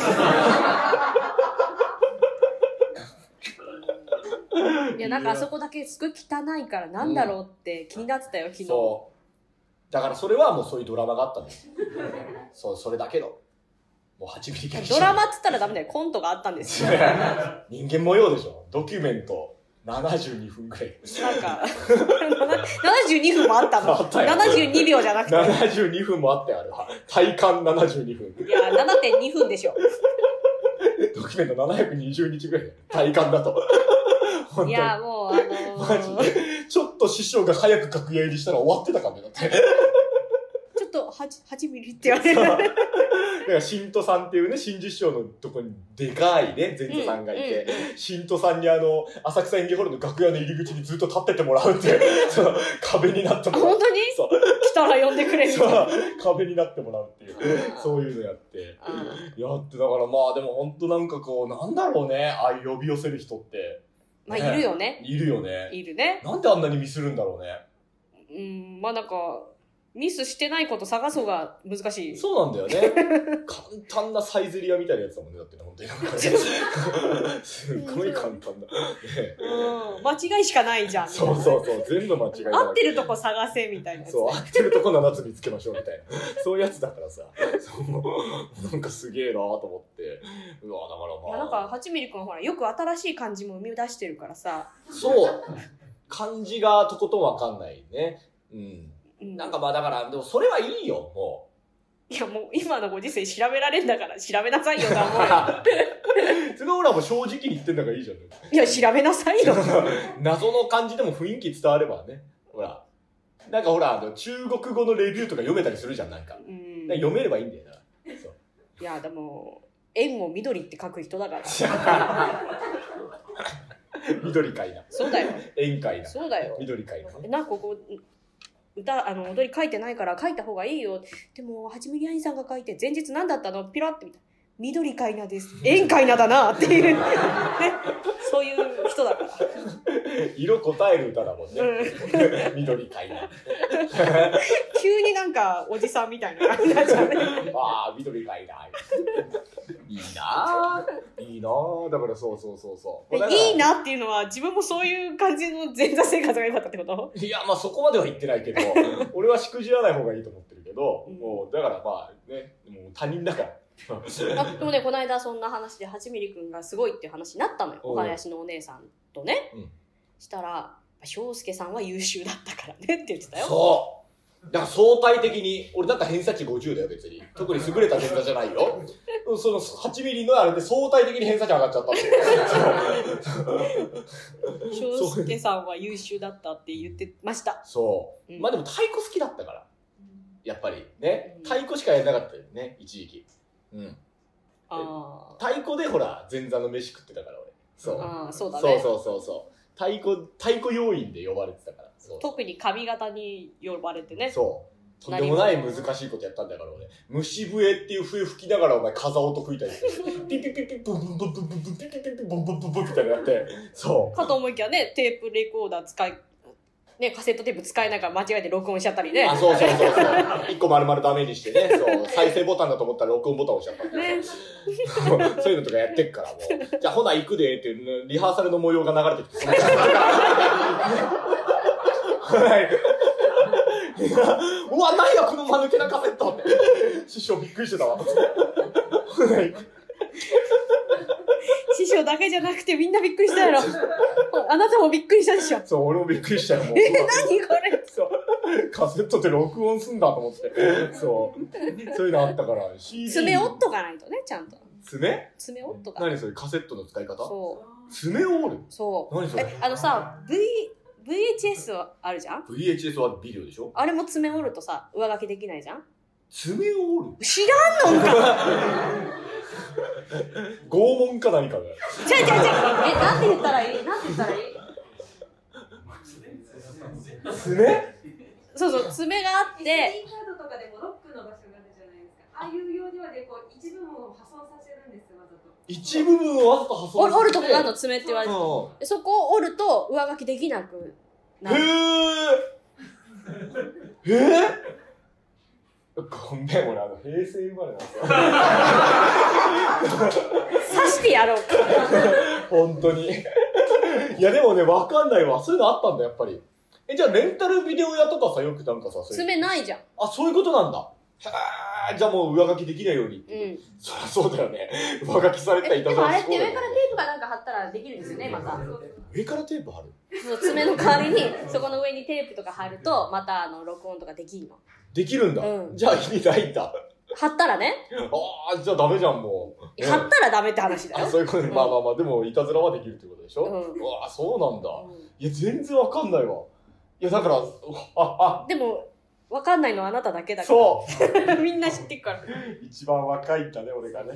S2: いや、なんかあそこだけすごい汚いからなんだろうって気になってたよ、うん、昨日。
S1: そう。だからそれはもうそういうドラマがあったんです。そう、それだけの。もうはちミリ
S2: ドラマって言ったらダメだよ。コントがあったんですよ。
S1: 人間模様でしょ。ドキュメントななじゅうにふんくらい。
S2: なんか、ななじゅうにふんもあったの。あったよ。ななじゅうにびょうじゃなくて。
S1: ななじゅうにふんもあったよ、あれは。体感ななじゅうにふん。
S2: いや、ななてんにふんでしょ。
S1: ドキュメントななひゃくにじゅうにちぐらい。体感だと。
S2: いや、もう、あのー、
S1: マジで。ちょっと師匠が早く楽屋入りしたら終わってた感じだって。
S2: ちょっとはち、はちミリって言われる。
S1: だから新都さんっていうね、新宿師匠のとこにでかいね、前座さんがいて、うん、新都さんにあの、浅草演芸ホールの楽屋の入り口にずっと立っててもらうっていう、その壁になってもらう。
S2: 本当にそう。来たら呼んでくれみたいな。
S1: 壁になってもらうっていう、そういうのやって。やって、だからまあでも本当なんかこう、なんだろうね、ああいう呼び寄せる人って。
S2: まあ、ね、いるよね。
S1: いるよね。
S2: いるね。
S1: なんであんなにミスるんだろうね。
S2: うん、まあなんか、ミスしてないこと探そうが難しい。
S1: そうなんだよね。簡単なサイゼリアみたいなやつだもんね。だってね、本当になんかね。すごい簡単だ。ね、
S2: うん。間違いしかないじゃん。
S1: そうそうそう。全部間違いだ。
S2: 合ってるとこ探せみたいなやつ。
S1: そう、合ってるとこななつ見つけましょうみたいな。そういうやつだからさ。そうなんかすげえなと思って。うわ、だからまあ。
S2: いや、なんか、はちミリくんほら、よく新しい漢字も生み出してるからさ。
S1: そう。漢字がとことんわかんないね。うん。なんかまあだから、でもそれはいいよ、も
S2: う。いやもう今のご時世調べられんだから調べなさいよと思うよ。
S1: それは俺はもう正直に言ってんだからいいじゃん。
S2: いや、調べなさいよ。
S1: 謎の漢字でも雰囲気伝わればね。ほら。なんかほら、中国語のレビューとか読めたりするじゃん、なんか。うん、読めればいいんだよな。そう。
S2: いや、でも、円を緑って書く人だから。
S1: 緑かいな。
S2: そうだよ。
S1: 円かいな。
S2: そうだよ。
S1: 緑かいな。
S2: なんかここ、歌、あの、踊り書いてないから書いた方がいいよ。でも、はちミリ兄さんが書いて、前日何だったのピラって見た。緑かいなです。円かいなだなっていう、ね。そういう人だから。
S1: 色答える歌だもんね。うん、緑かいな。
S2: 急になんか、おじさんみたいな感じになっちゃうね。
S1: ああ、緑かいな。いいなぁ。いいなぁ。だからそうそうそうそう。
S2: いいなっていうのは、自分もそういう感じの前座生活が良かったってこと？
S1: いや、まあそこまでは言ってないけど、俺はしくじらない方がいいと思ってるけど、うん、もうだからまあね、もう他人だから。
S2: あでもね、この間そんな話ではちミリくんがすごいっていう話になったのよ。お囃子のお姉さんとね。うん、したら、翔介さんは優秀だったからねって言ってたよ。
S1: そう。だから相対的に、俺なんか偏差値ごじゅうだよ別に。特に優れた偏差じゃないよ。そのはちミリのあれで相対的に偏差値上がっちゃったって。
S2: 翔介さんは優秀だったって言ってました。
S1: そう。うん、まあでも太鼓好きだったから。やっぱりね。太鼓しかやれなかったよね、一時期。うん。あ太鼓でほら、前座の飯食ってたから俺。そう。
S2: あそうだね。
S1: そうそうそうそう。太鼓、太鼓要員で呼ばれてたから。そう
S2: 特に髪型に呼ばれてね。
S1: そう。とんでもない難しいことやったんだから俺。虫笛っていう笛吹きながらお前風音吹いたりして。ピピピピブンブンブンブンブンブンピピピピブンブンブンブンみたいなやって。そう。
S2: かと思いきやね、テープレコーダー使い、ね、カセットテープ使えないから間違えて録音しちゃったりね。
S1: あ、そうそうそうそう。一個丸々ダメにしてね。そう。再生ボタンだと思ったら録音ボタン押しちゃった。ね。そういうのとかやってっからもう。じゃあほな行くでっていうリハーサルの模様が流れてきて。はい。うわ、何やこの間抜けなカセットって。師匠びっくりしてたわ。
S2: 師匠だけじゃなくてみんなびっくりしたやろ。あなたもびっくりしたでしょ。
S1: そう、俺もびっくりしたよ。もう
S2: え、何これ。
S1: そう。カセットって録音すんだと思って。そう。そういうのあったから。シーディー、
S2: 爪折っとかないとね、ちゃんと。
S1: 爪
S2: 爪折っとか。
S1: 何それ、カセットの使い方？
S2: そう。
S1: 爪を折る？
S2: そう。
S1: 何それ？
S2: え、あのさ、V、ブイエイチエス あるじゃん？
S1: ブイエイチエス はビデオでしょ？
S2: あれも爪折るとさ、上書きできないじゃん？
S1: 爪を折る？
S2: 知らんのか
S1: 拷問か何かだよ。
S2: 違う違う違う。え、なんて言ったらいい？なんて言ったらいい？
S1: 爪？
S2: そうそう、爪があって。
S8: エスディー カードとかでもロックの場所があるじゃないですか。ああいう用ではでこう一部分を破損させるんですよ、わざと。
S1: 一部分をわざと破損させる。
S2: 折るとこがあるの、爪って言われて。うん、そこを折ると上書きできなくなる。へ
S1: ー。へー。ごめん、俺あの平成生まれなんですよ。
S2: 刺してやろうか。
S1: 本当に。いやでもね、わかんないわ。そういうのあったんだ、やっぱり。え、じゃあレンタルビデオ屋とかさ、よくなんかさ、
S2: 爪ないじゃん。
S1: あ、そういうことなんだ。へー、じゃあもう上書きできないように。うん。そりゃそうだよね。上書きされたらいたずらしそうだよね。
S2: でもあれって上からテープかなんか貼ったらできるんですよね、また。
S1: 上からテープ貼る？
S2: そう、爪の代わりに、そこの上にテープとか貼ると、またあの、録音とかできるの。
S1: できるんだ。うん、じゃあ意味ないんだ。
S2: 貼ったらね。
S1: ああ、じゃあダメじゃん、もう。
S2: 貼ったらダメって話だよ。
S1: あ、そういうことで、うん、まあまあまあ、でも、いたずらはできるってことでしょ？うん。うわあ、そうなんだ。うん、いや、全然わかんないわ。いや、だから、あ、あ。
S2: でも、 わかんないのはあなただけだから。
S1: そう。
S2: みんな知ってるから。
S1: 一番若いんだね、俺がね。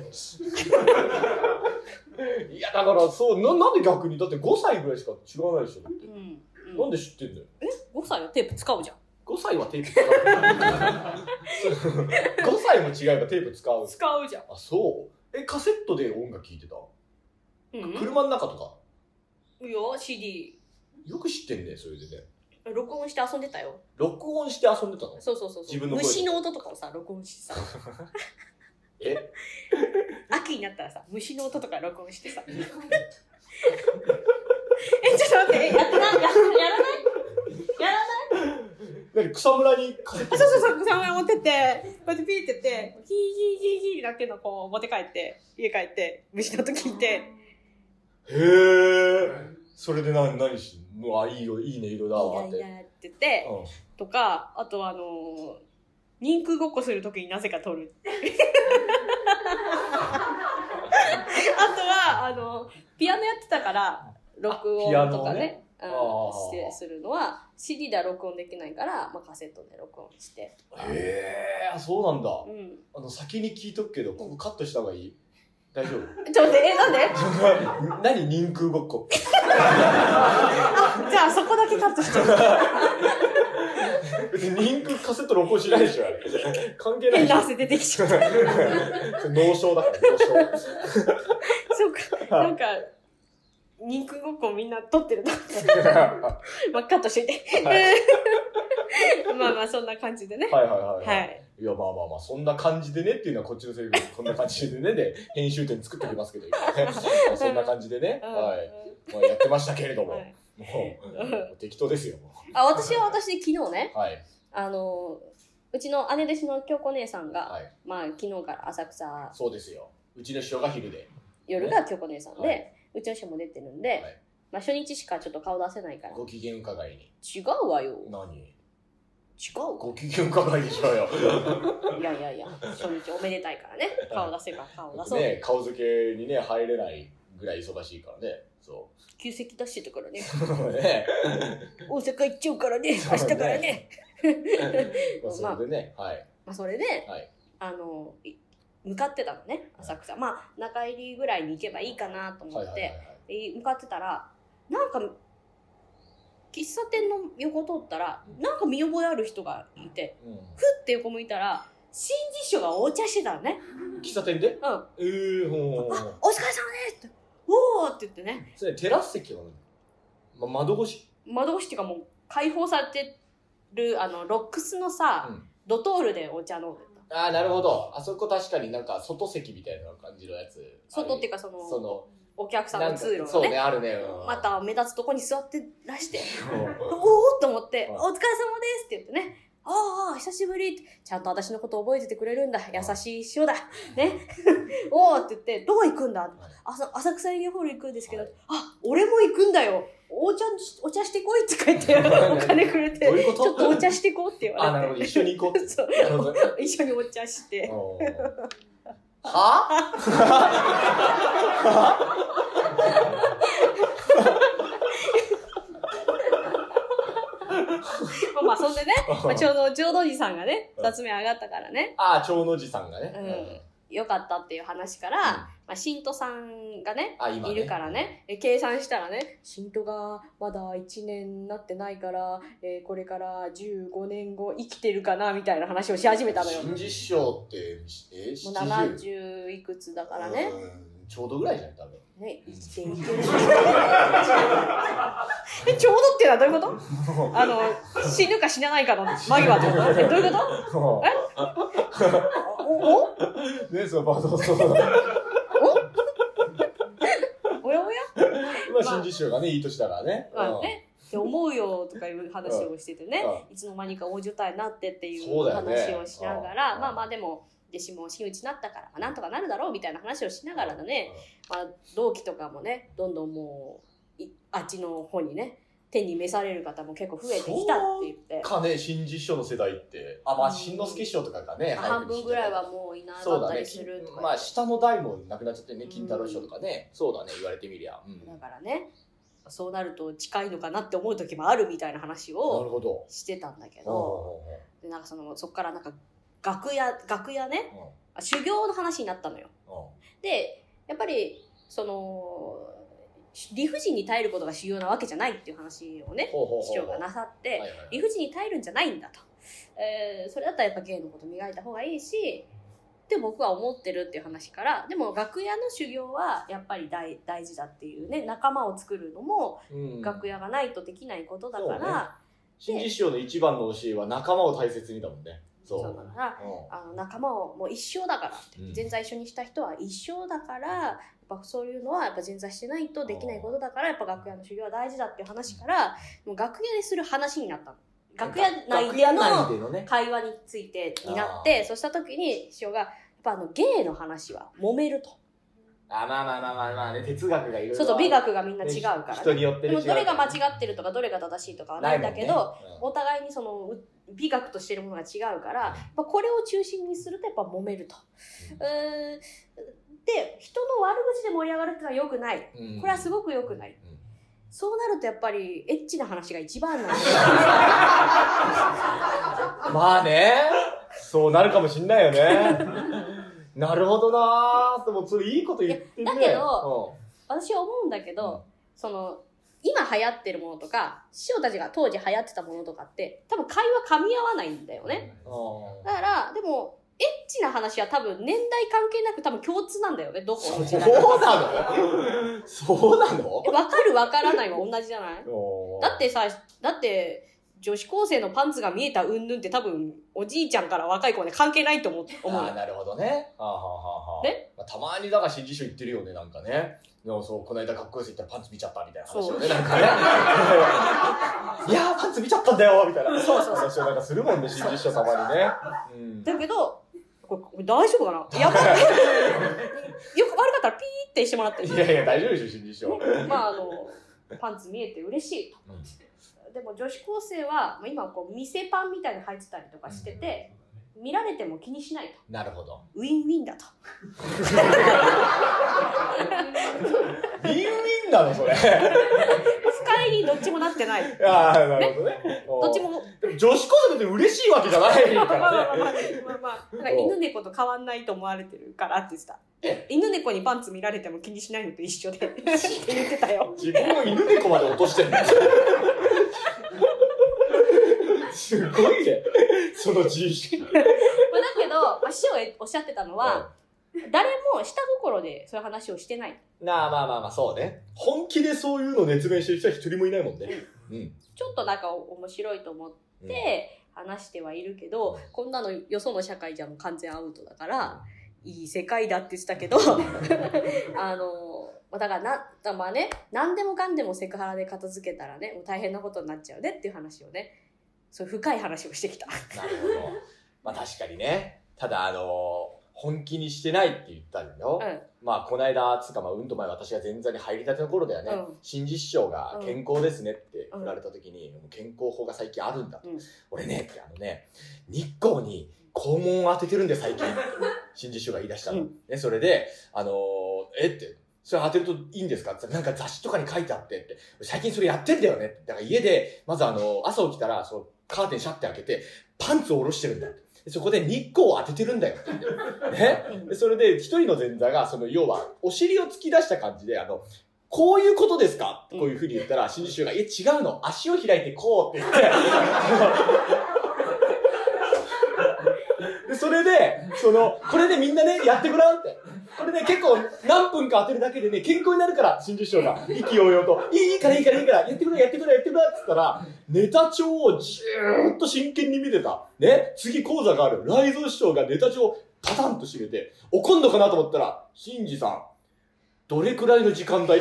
S1: いや、だからそう、な、なんで逆にだってごさいぐらいしか違わないでしょ、だって。うん。うん、なんで知ってんだよ。
S2: え ?ご 歳はテープ使うじゃん。
S1: ごさいはテープ使う。ごさいも違えばテープ使う。
S2: 使うじゃん。
S1: あ、そう。え、カセットで音楽聴いてた？うん。車の中とか？
S2: いや、シーディ
S1: ー。よく知ってんね、それでね。
S2: 録音して遊んでたよ。
S1: 録音して遊んでたの？
S2: そうそうそう。
S1: 自分の声。
S2: 虫の音とかをさ、録音してさ。
S1: え
S2: 秋になったらさ、虫の音とか録音してさ。え、ちょっと待って、え、やってない？や、やらない？やらない？
S1: 何草むらにカセット？
S2: あ、そうそうそう、草むら持ってって、こうやってピーってやって、ヒーヒーヒーヒーだけのこう持って帰って、家帰って、虫の音聞いて。へ
S1: ー。それで何、何し、うわ、いいよ、いいね、色だわって。
S2: いいなって言って、うん、とか、あとあのー、人空ごっこするときになぜか撮る。あとは、あの、ピアノやってたから、録音とかね、うん、してするのは、シーディー では録音できないから、まあ、カセットで録音して。
S1: へえ、そうなんだ。うん。あの、先に聞いとくけど、ここカットした方がいい？大丈夫？
S2: ちょっと待って、え、なん
S1: で？何人空ごっこ？
S2: あ、じゃあそこだけカットしちゃう。
S1: 別に人空カセット録音しないでしょ、あれ。関係ない。
S2: 変な汗出てきちゃった。
S1: 脳症だから、脳症。
S2: そうか、なんか、人空ごっこみんな撮ってるな。まあ、カットしといて。まあまあ、そんな感じでね。
S1: はいはいはい。はい。いや、まあまあまあ、そんな感じでねっていうのはこっちのセリフで、こんな感じでね、で、編集点作っておきますけど、今ね。そんな感じでね、はい。まあ、やってましたけれども。はい、もう、適当ですよ。
S2: あ、私は私で昨日ね、
S1: はい。
S2: あの、うちの姉弟子の京子姉さんが、はい、まあ、昨日から浅草。
S1: そうですよ。うちの師匠が昼で。
S2: 夜が京子姉さんで、はい、うちの師匠も出てるんで、はい、まあ、初日しかちょっと顔出せないから。
S1: ご機嫌伺いに。
S2: 違うわよ。
S1: 何？
S2: 違う
S1: ご機嫌伺いでしょうよ。
S2: いやいやいや、初日おめでたいからね。顔出せば顔出そう。
S1: ね、顔付けにね、入れないぐらい忙しいからね。そう。
S2: 休席出してたからね。ね大阪行っちゃうからね、明日からね。
S1: まあ、それでね、はい。
S2: まあ、それで、はい、あの、向かってたのね、浅草。はい、まあ、中入りぐらいに行けばいいかなと思って、向かってたら、なんか、喫茶店の横通ったら、なんか見覚えある人がいて、うん、ふって横向いたら、新次師匠がお茶してたのね。
S1: 喫茶店で？うん。
S2: えー、ほー。あ、お疲れ様ですって。おーって言ってね。
S1: それテラス席は、ま、窓越し
S2: 窓越しっていうかもう、開放されてる、あの、ロックスのさ、うん、ドトールでお茶飲んで
S1: た。ああ、なるほど。あそこ確かになんか外席みたいな感じのやつ。
S2: 外っていうかその、
S1: その、
S2: お客さんの通路がね。
S1: そうね、あるね。
S2: うん、また目立つとこに座ってらして、おーっと思って、お疲れ様ですって言ってね、ああ、久しぶり。ちゃんと私のこと覚えててくれるんだ。優しい師匠だ。ね。おーって言って、どこ行くんだ、あ、浅草園芸ホール行くんですけど、はい、あ、俺も行くんだよ。お茶、お茶してこいって書いて、お金くれて、
S1: どういうこと？
S2: ちょっとお茶してこうって言われて。
S1: あ、なるほど。一緒に行こうって。
S2: そう。一緒にお茶して。
S1: は
S2: まあそんでね、まあ、ちょうどちょうどおじさんがね、二つ目上がったからね。
S1: ああ、ちょうどおじさんがね。
S2: うん。よかったっていう話から、うん、まあ新都さんがね、ねいるからね、え計算したらね、新都がまだいちねんなってないから、えー、これからじゅうごねんご生きてるかなみたいな話をし始めたのよ。
S1: 新次師匠って、
S2: えー、もうななじゅういくつだからね。
S1: ちょうどぐらいじゃん、多分。
S2: ね、生きていける。え、ちょうどっていうのはどういうことあの、死ぬか死なないかの間際ってことえ、どういうことえおお
S1: ね、そう、そうそうそう。
S2: おおやおや
S1: まあ、新次師匠がね、いい年だからね。
S2: まあね。って思うよとかいう話をしててね、いつの間にか大所帯になってっていう話をしながら、まあまあでも、弟子も真打ちになったから、まあ、なんとかなるだろうみたいな話をしながらだね、まあ、同期とかもね、どんどんもう、あっちの方にね、天に召される方も結構増えてきたって言って。
S1: かね、新次師匠の世代って。あ、まあ、新之助師匠とかがね、
S2: 半分ぐらいはもういなかったりするとか、
S1: ね。まあ、下の代もなくなっちゃってね、金太郎師匠とかね、そうだね、言われてみりゃ。
S2: うん、だからね、 そうなると近いのかなって思う時もあるみたいな話を
S1: なるほど
S2: してたんだけど、でなんかそのそこからなんか楽屋楽屋ね、うん、修行の話になったのよ、うん、でやっぱりその理不尽に耐えることが修行なわけじゃないっていう話をね師匠がなさって、はいはい、理不尽に耐えるんじゃないんだと、えー、それだったらやっぱ芸のこと磨いた方がいいしって僕は思ってるっていう話から、でも楽屋の修行はやっぱり 大, 大事だっていうね、仲間を作るのも楽屋がないとできないことだから、
S1: 新実師匠の一番の教えは仲間を大切にだもんね。
S2: そうそうだから、うん、あの仲間をもう一生だからって、うん、前座一緒にした人は一生だから、やっぱそういうのはやっぱ前座してないとできないことだから、やっぱ楽屋の修行は大事だっていう話から、もう楽屋でする話になったの。楽屋内での会話についてになって、そうした時に師匠がやっぱあの芸の話は揉めると。
S1: あ、まあまあまあまあまあね、哲学がいろいろ。
S2: そうそう、美学がみんな違うから、ね、
S1: 人によってね。
S2: でもどれが間違ってるとかどれが正しいとかはないんだけど、ねうん、お互いにその美学としてるものが違うから、やっぱこれを中心にするとやっぱ揉めると。うん、で、人の悪口で盛り上がるってのは良くない。これはすごく良くない。うん、そうなるとやっぱりエッチな話が一番なんですよ。
S1: まあね、そうなるかもしんないよね。なるほどなー。でもそれいいこと言ってるね。
S2: だけど、うん、私は思うんだけど、うん、その今流行ってるものとか師匠たちが当時流行ってたものとかって多分会話噛み合わないんだよね。うん、だからでもエッチな話は多分年代関係なく多分共通なんだよね、どこの時代。
S1: そうなの？そうなの？
S2: え、わかるわからないは同じじゃない？だってさ、だって女子高生のパンツが見えたうんぬんって多分おじいちゃんから若い子ね関係ないと思う。
S1: ああ、なるほどね。はあはあはあ、ね、まあ、たまにだから新人賞言ってるよね、なんかね。でもそう、この間かっこよすぎたらパンツ見ちゃったみたいな話をね、なんかね。いやーパンツ見ちゃったんだよみたいな。そうそう話をなんかするもんね、新人賞たまにね。うん、だ
S2: けど、これ大丈夫かな？やばい。よく悪かったらピーってしてもらってる。
S1: いやいや、大丈夫でしょ、新人賞。
S2: まああの、パンツ見えて嬉しいと。うん、でも女子高生は今こう店パンみたいに入ってたりとかしてて、うん、見られても気にしないと。
S1: なるほど。
S2: ウィンウィンだと。
S1: ウィンウィンなのそれ。
S2: 深いにどっちもなってない。
S1: ああ、なるほどね。
S2: どっちも。
S1: 女子高生って嬉しいわけじゃないからね。まあまあまあまあ
S2: まあ。なんか犬猫と変わんないと思われてるからって言ってた。犬猫にパンツ見られても気にしないのと一緒でって言ってたよ。
S1: 自分を犬猫まで落としてるんだ。すごいね。その自意識。
S2: まあだけど、まあ、師匠がおっしゃってたのは、うん、誰も下心でそういう話をしてない。
S1: なあ、まあまあまあ、そうね。本気でそういうのを熱弁してる人は一人もいないもんね。
S2: うんうん、ちょっとなんか面白いと思って話してはいるけど、うん、こんなのよその社会じゃもう完全アウトだから、うん、いい世界だって言ってたけど、あの、だからな、まあね、何でもかんでもセクハラで片付けたらね、もう大変なことになっちゃうねっていう話をね、そういう深い話をしてきた。
S1: なるほど。まあ確かにね。ただあのー、本気にしてないって言ったんだよ。うん、まあこの間、つかまあうんと前私が前座に入りたての頃だよね。うん、新実師匠が健康ですねって振られた時に、うん、健康法が最近あるんだと。うん、俺ね、ってあのね、日光に肛門を当ててるんで最近。新実師匠が言い出したの。うん、ね、それで、あのー、えって。それ当てるといいんですかってなんか雑誌とかに書いてあってって。最近それやってんだよねって。だから家で、まずあの、朝起きたら、その、カーテンシャッて開けて、パンツを下ろしてるんだって。そこで日光を当ててるんだよって。ね。でそれで、一人の前座が、その、要は、お尻を突き出した感じで、あの、こういうことですかこういうふうに言ったら、新実師匠が、え、違うの。足を開いてこうって言って。で、それで、その、これでみんなね、やってごらんって。これね、結構何分か当てるだけでね、健康になるから、新実師匠が、意気揚々と、いいからいいからいいから、やってくれやってくれやってくれって言ったら、ネタ帳をじーっと真剣に見てた。ね、次講座がある。雷蔵師匠がネタ帳をパタンと閉めて、怒んのかなと思ったら、新次さん、どれくらいの時間だいって。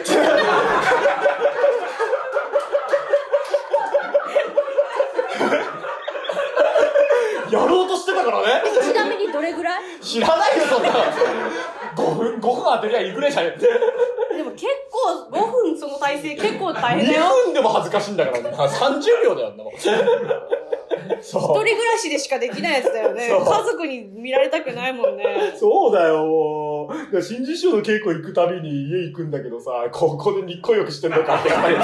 S1: やろうとしてたからね。
S2: ちなみにどれぐらい？
S1: 知らないよ、そんなの。ごふん、ごふん当てりゃいくらいじゃねって。
S2: でも結構、ごふんその体勢結構大変だよ。
S1: にふんでも恥ずかしいんだから、さんじゅうびょうだよ、あんなもん。そう。
S2: 一人暮らしでしかできないやつだよね。家族に見られたくないもんね。
S1: そうだよ、もよ。新次師匠の稽古行くたびに家行くんだけどさ、ここで日光浴してんのかってやっぱり。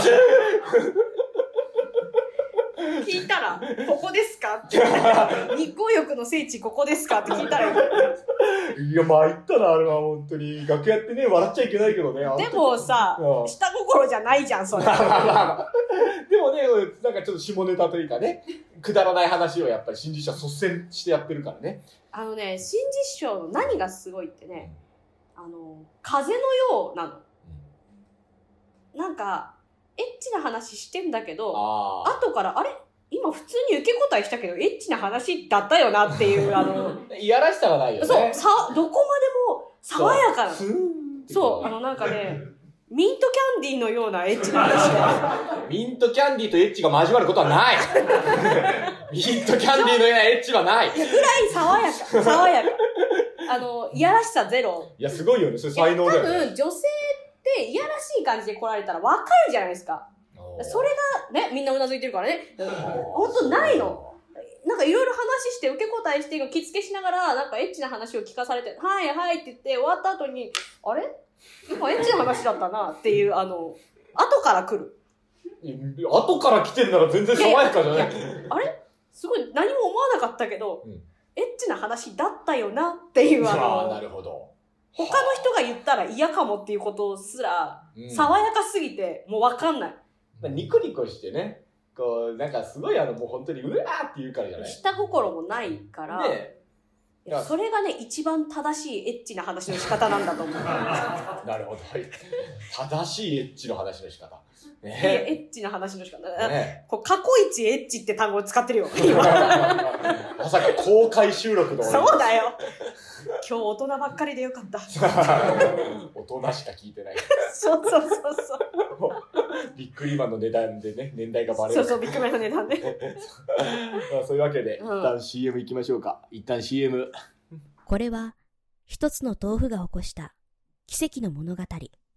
S2: 聞いたら、ここですかって。日光浴の聖地ここですかって聞いたらいい。
S1: いや、参ったな、あれは本当に。楽屋ってね、笑っちゃいけないけどね。
S2: でもさ、うん、下心じゃないじゃん、それ。でも
S1: ね、なんかちょっと下ネタというかね、くだらない話をやっぱり新次師匠は率先してやってるからね。
S2: あのね、新次師匠の何がすごいってね、あの、風のようなの。うん、なんか、エッチな話してんだけど、後から、あれ今普通に受け答えしたけど、エッチな話だったよなっていう、あの、
S1: いやらしさがないよね。
S2: そう、さ、どこまでも爽やかな。そう、そう、あのなんかね、ミントキャンディーのようなエッチな話で。
S1: ミントキャンディーとエッチが交わることはない。ミントキャンディーのようなエッチはない。
S2: ぐらい爽やか。爽やか。あの、いやらしさゼロ。
S1: いや、すごいよね。それ才能だよね。
S2: 多分、女性っていやらしい感じで来られたらわかるじゃないですか。それがね、みんなうなずいてるからね。ほんとないの。なんかいろいろ話して受け答えして着付けしながらなんかエッチな話を聞かされて、はいはいって言って終わった後に、あれ今エッチな話だったなっていう、あの、後から来る。
S1: 後から来てるなら全然爽やかじゃない。
S2: あれすごい何も思わなかったけど、うん、エッチな話だったよなっていう、あの、
S1: あ、なるほど。
S2: 他の人が言ったら嫌かもっていうことすら、爽やかすぎてもうわかんない。
S1: ニコニコしてね、こう、なんかすごいあの、もう本当にうわーって言うからじゃない？
S2: 下心もないから、ね、いやそれがね、一番正しいエッチな話の仕方なんだと思う。
S1: なるほど。正しいエッチの話の仕方。
S2: ね、エッチな話の仕方。ね、こう過去一エッチって単語を使ってるよ。
S1: まさか公開収録の。
S2: そうだよ。今日大人ばっかりでよかった。
S1: 大人しか聞いてない。
S2: そうそうそうそう。
S1: ビックリマンの値段でね、年代がバレる。
S2: そうそう、ビックリマンの値段で。
S1: まあそういうわけで、うん、一旦 シーエム 行きましょうか。一旦 シーエム。
S7: これは、一つの豆腐が起こした奇跡の物語。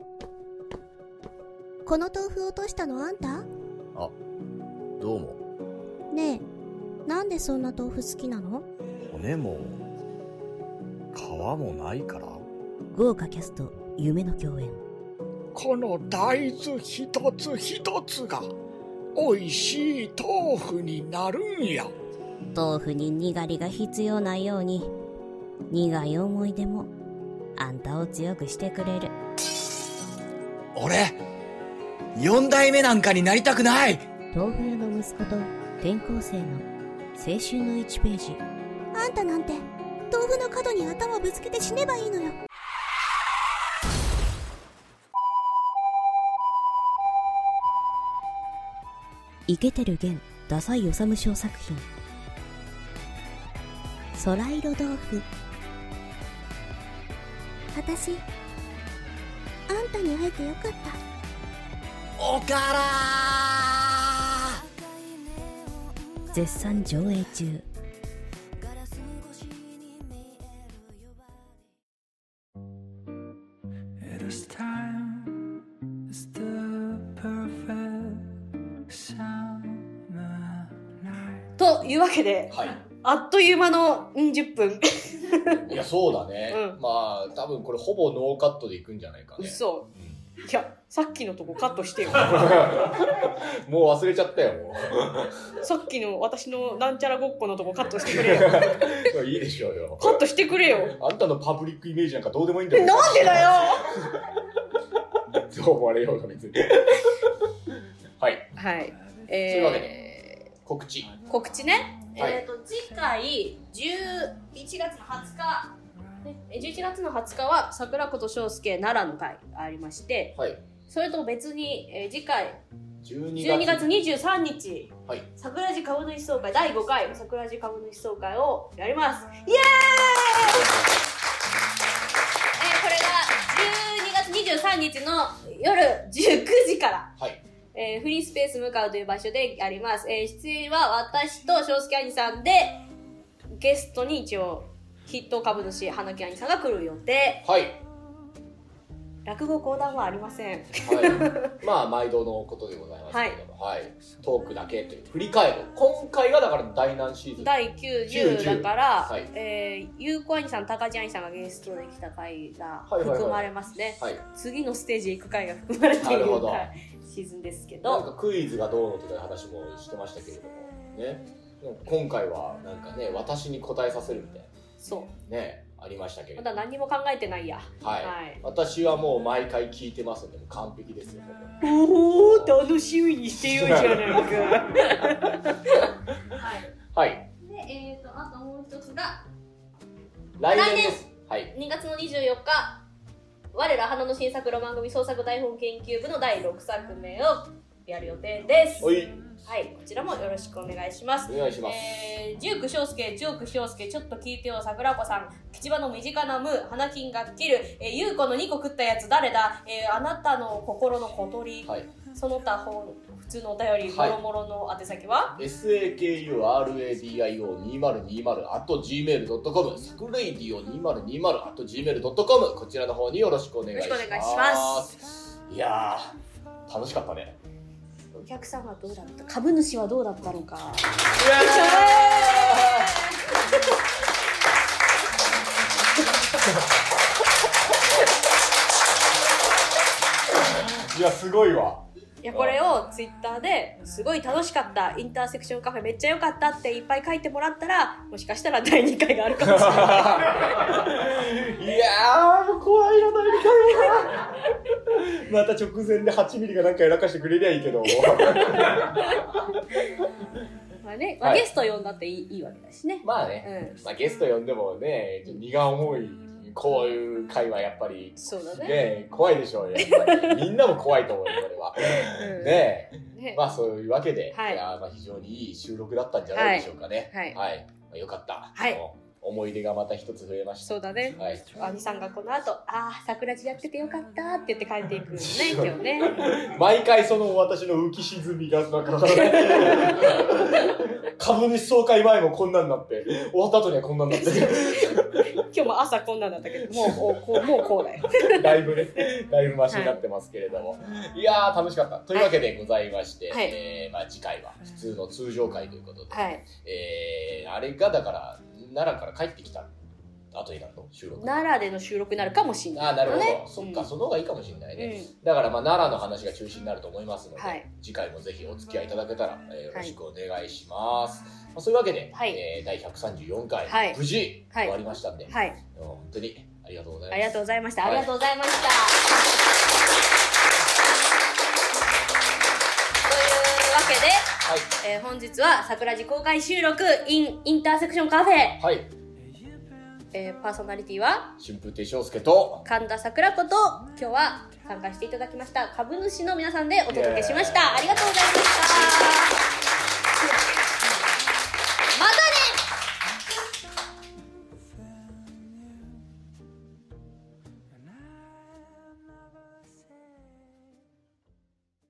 S7: この豆腐落としたのあんた？
S3: あ、どうも。
S7: ねえ、なんでそんな豆腐好きなの？
S3: 骨も皮もないから。
S7: 豪華キャスト夢の共演。
S9: この大豆一つ一つが美味しい豆腐になるんや。
S7: 豆腐ににがりが必要ないように、苦い思い出もあんたを強くしてくれる。
S10: 俺四代目なんかになりたくない。
S7: 豆腐屋の息子と転校生の青春のいちページ。あんたなんて豆腐の角に頭ぶつけて死ねばいいのよ。イケてる弦ダサい修賞作品空色豆腐。私あんたに会えてよかった。
S10: おから
S7: 絶賛上映中。
S2: というわけで、はい、あっという間のじゅっぷん。
S1: いや、そうだね。うん、まあ、多分これほぼノーカットでいくんじゃないかね。
S2: 嘘。うん、いや、さっきのとこカットしてよ。
S1: もう忘れちゃったよ、も
S2: う。さっきの私のなんちゃらごっこのとこカットしてくれよ。
S1: いいでしょうよ。
S2: カットしてくれよ。
S1: あんたのパブリックイメージなんかどうでもいいんだよ。
S2: なんでだよ。
S1: どう思われようが別に。はい。
S2: はい。
S1: えー、そういうわけで、告知。
S2: 告知ね。はい、えっ、ー、と、次回、じゅういちがつのはつか、じゅういちがつのはつかは桜子と翔介奈良の会がありまして、はい、それと別に、えー、次回じゅうにがつにじゅうさんにち、はい、桜地株主総会だいごかい桜地株主総会をやります。イエーイ、えー、これがじゅうにがつにじゅうさんにちの夜じゅうくじから、はい、えー、フリースペース向かうという場所でやります。えー、出演は私と翔介兄さんで、ゲストに一応筆頭株主花木兄さんが来る予定。はい。 落語講談はありません。
S1: はい、まあ毎度のことでございますけれども、はいはい、トークだけという振り返る今回がだから第何シーズン
S2: だいきゅうじゅうだから、
S1: はい、
S2: えー、ゆうこ兄さん高地兄さんがゲストで来た回が含まれますね、はいはいはい、次のステージ行く回が含まれているシーズンですけど、
S1: なんかクイズがどうのとかいう話もしてましたけれどもね、今回はなんかね私に答えさせるみたいな
S2: そう
S1: ねありましたけれど
S2: まだ何にも考えてないや、
S1: はい、はい、私はもう毎回聞いてますので完璧ですよ。
S2: おお楽しみにしてよじゃないか
S1: はい、はい、
S2: でえーとあともう一つが
S1: 来年です。はい、
S2: にがつのにじゅうよっか我ら花の新作ロマン組創作台本研究部のだいろくさくめをやる予定です。
S1: はい、
S2: はい、こちらもよろしくお願いします。
S1: お願いします。
S2: えー、ジューク翔介、ジョーク翔介、ちょっと聞いてよ、桜子さん、吉場の身近な無、花金が切る、えー、ゆうこのにこ食ったやつ誰だ、えー、あなたの心の小鳥、はい、その他本、普通のお便り、もろもろの宛先は、
S1: エスエーケーユーアールエーディーアイオーにせんにじゅう アットジーメールドットコム サクレイディオにせんにじゅう アットジーメールドットコム こちらの方によろしくお願いします。
S2: よろしくお願いします。
S1: いやー、楽しかったね。
S2: お客さんはどうだった、株主はどうだったのか。
S1: いやすごいわ。
S2: いやこれをツイッターですごい楽しかった、インターセクションカフェめっちゃ良かったっていっぱい書いてもらったら、もしかしたらだいにかいがあるかもしれないい
S1: やーもう怖いな、だいにかいはまた直前ではちミリがなんかやらかしてくれりゃいいけど
S2: まあね、まあ、ゲスト呼んだっていい、いいわけだしね。
S1: まあね、うん、まあ、ゲスト呼んでもね荷が重いこういう会はやっぱり
S2: そうだね、
S1: ね怖いでしょうよ。みんなも怖いと思うよこれは、うん、ねえ、ね、まあそういうわけで、はい、いやまあ非常にいい収録だったんじゃないでしょうかね。はい、はいはい、まあ、よかった。はい、思い出がまた一つ増えました。
S2: そうだね。はい、兄さんがこの後、ああ桜地やっててよかったって言って帰っていくね今日ね。
S1: 毎回その私の浮き沈みがなんか株主総会前もこんなんなって、終わった後にはこんなんなって
S2: 今日も朝こんなんだったけど、もうこうもうこうだよ。
S1: だいぶね、だいぶマシになってますけれども、はい、いやー楽しかった。というわけでございまして、はい、えー、まあ次回は普通の通常回ということで、はい、えー、あれがだから奈良から帰ってきた後になるの収録。
S2: 奈良での収録になるかもしれない、ね。
S1: ああなるほど。そっか、うん、その方がいいかもしれないね。うん、だからまあ奈良の話が中心になると思いますので、はい、次回もぜひお付き合いいただけたら、えー、よろしくお願いします。はい、まあ、そういうわけで、はい、えー、だいひゃくさんじゅうよんかい、はい、無事終わりましたんで、はい、本当にありがとうございます。
S2: ありがとうございました。ありがとうございました。というわけで、はい、えー、本日は桜地公開収録 in インターセクションカフェ。はい。えー、パーソナリティは
S1: 春風亭昇介と
S2: 神田桜子と、今日は参加していただきました株主の皆さんでお届けしました。ありがとうございました。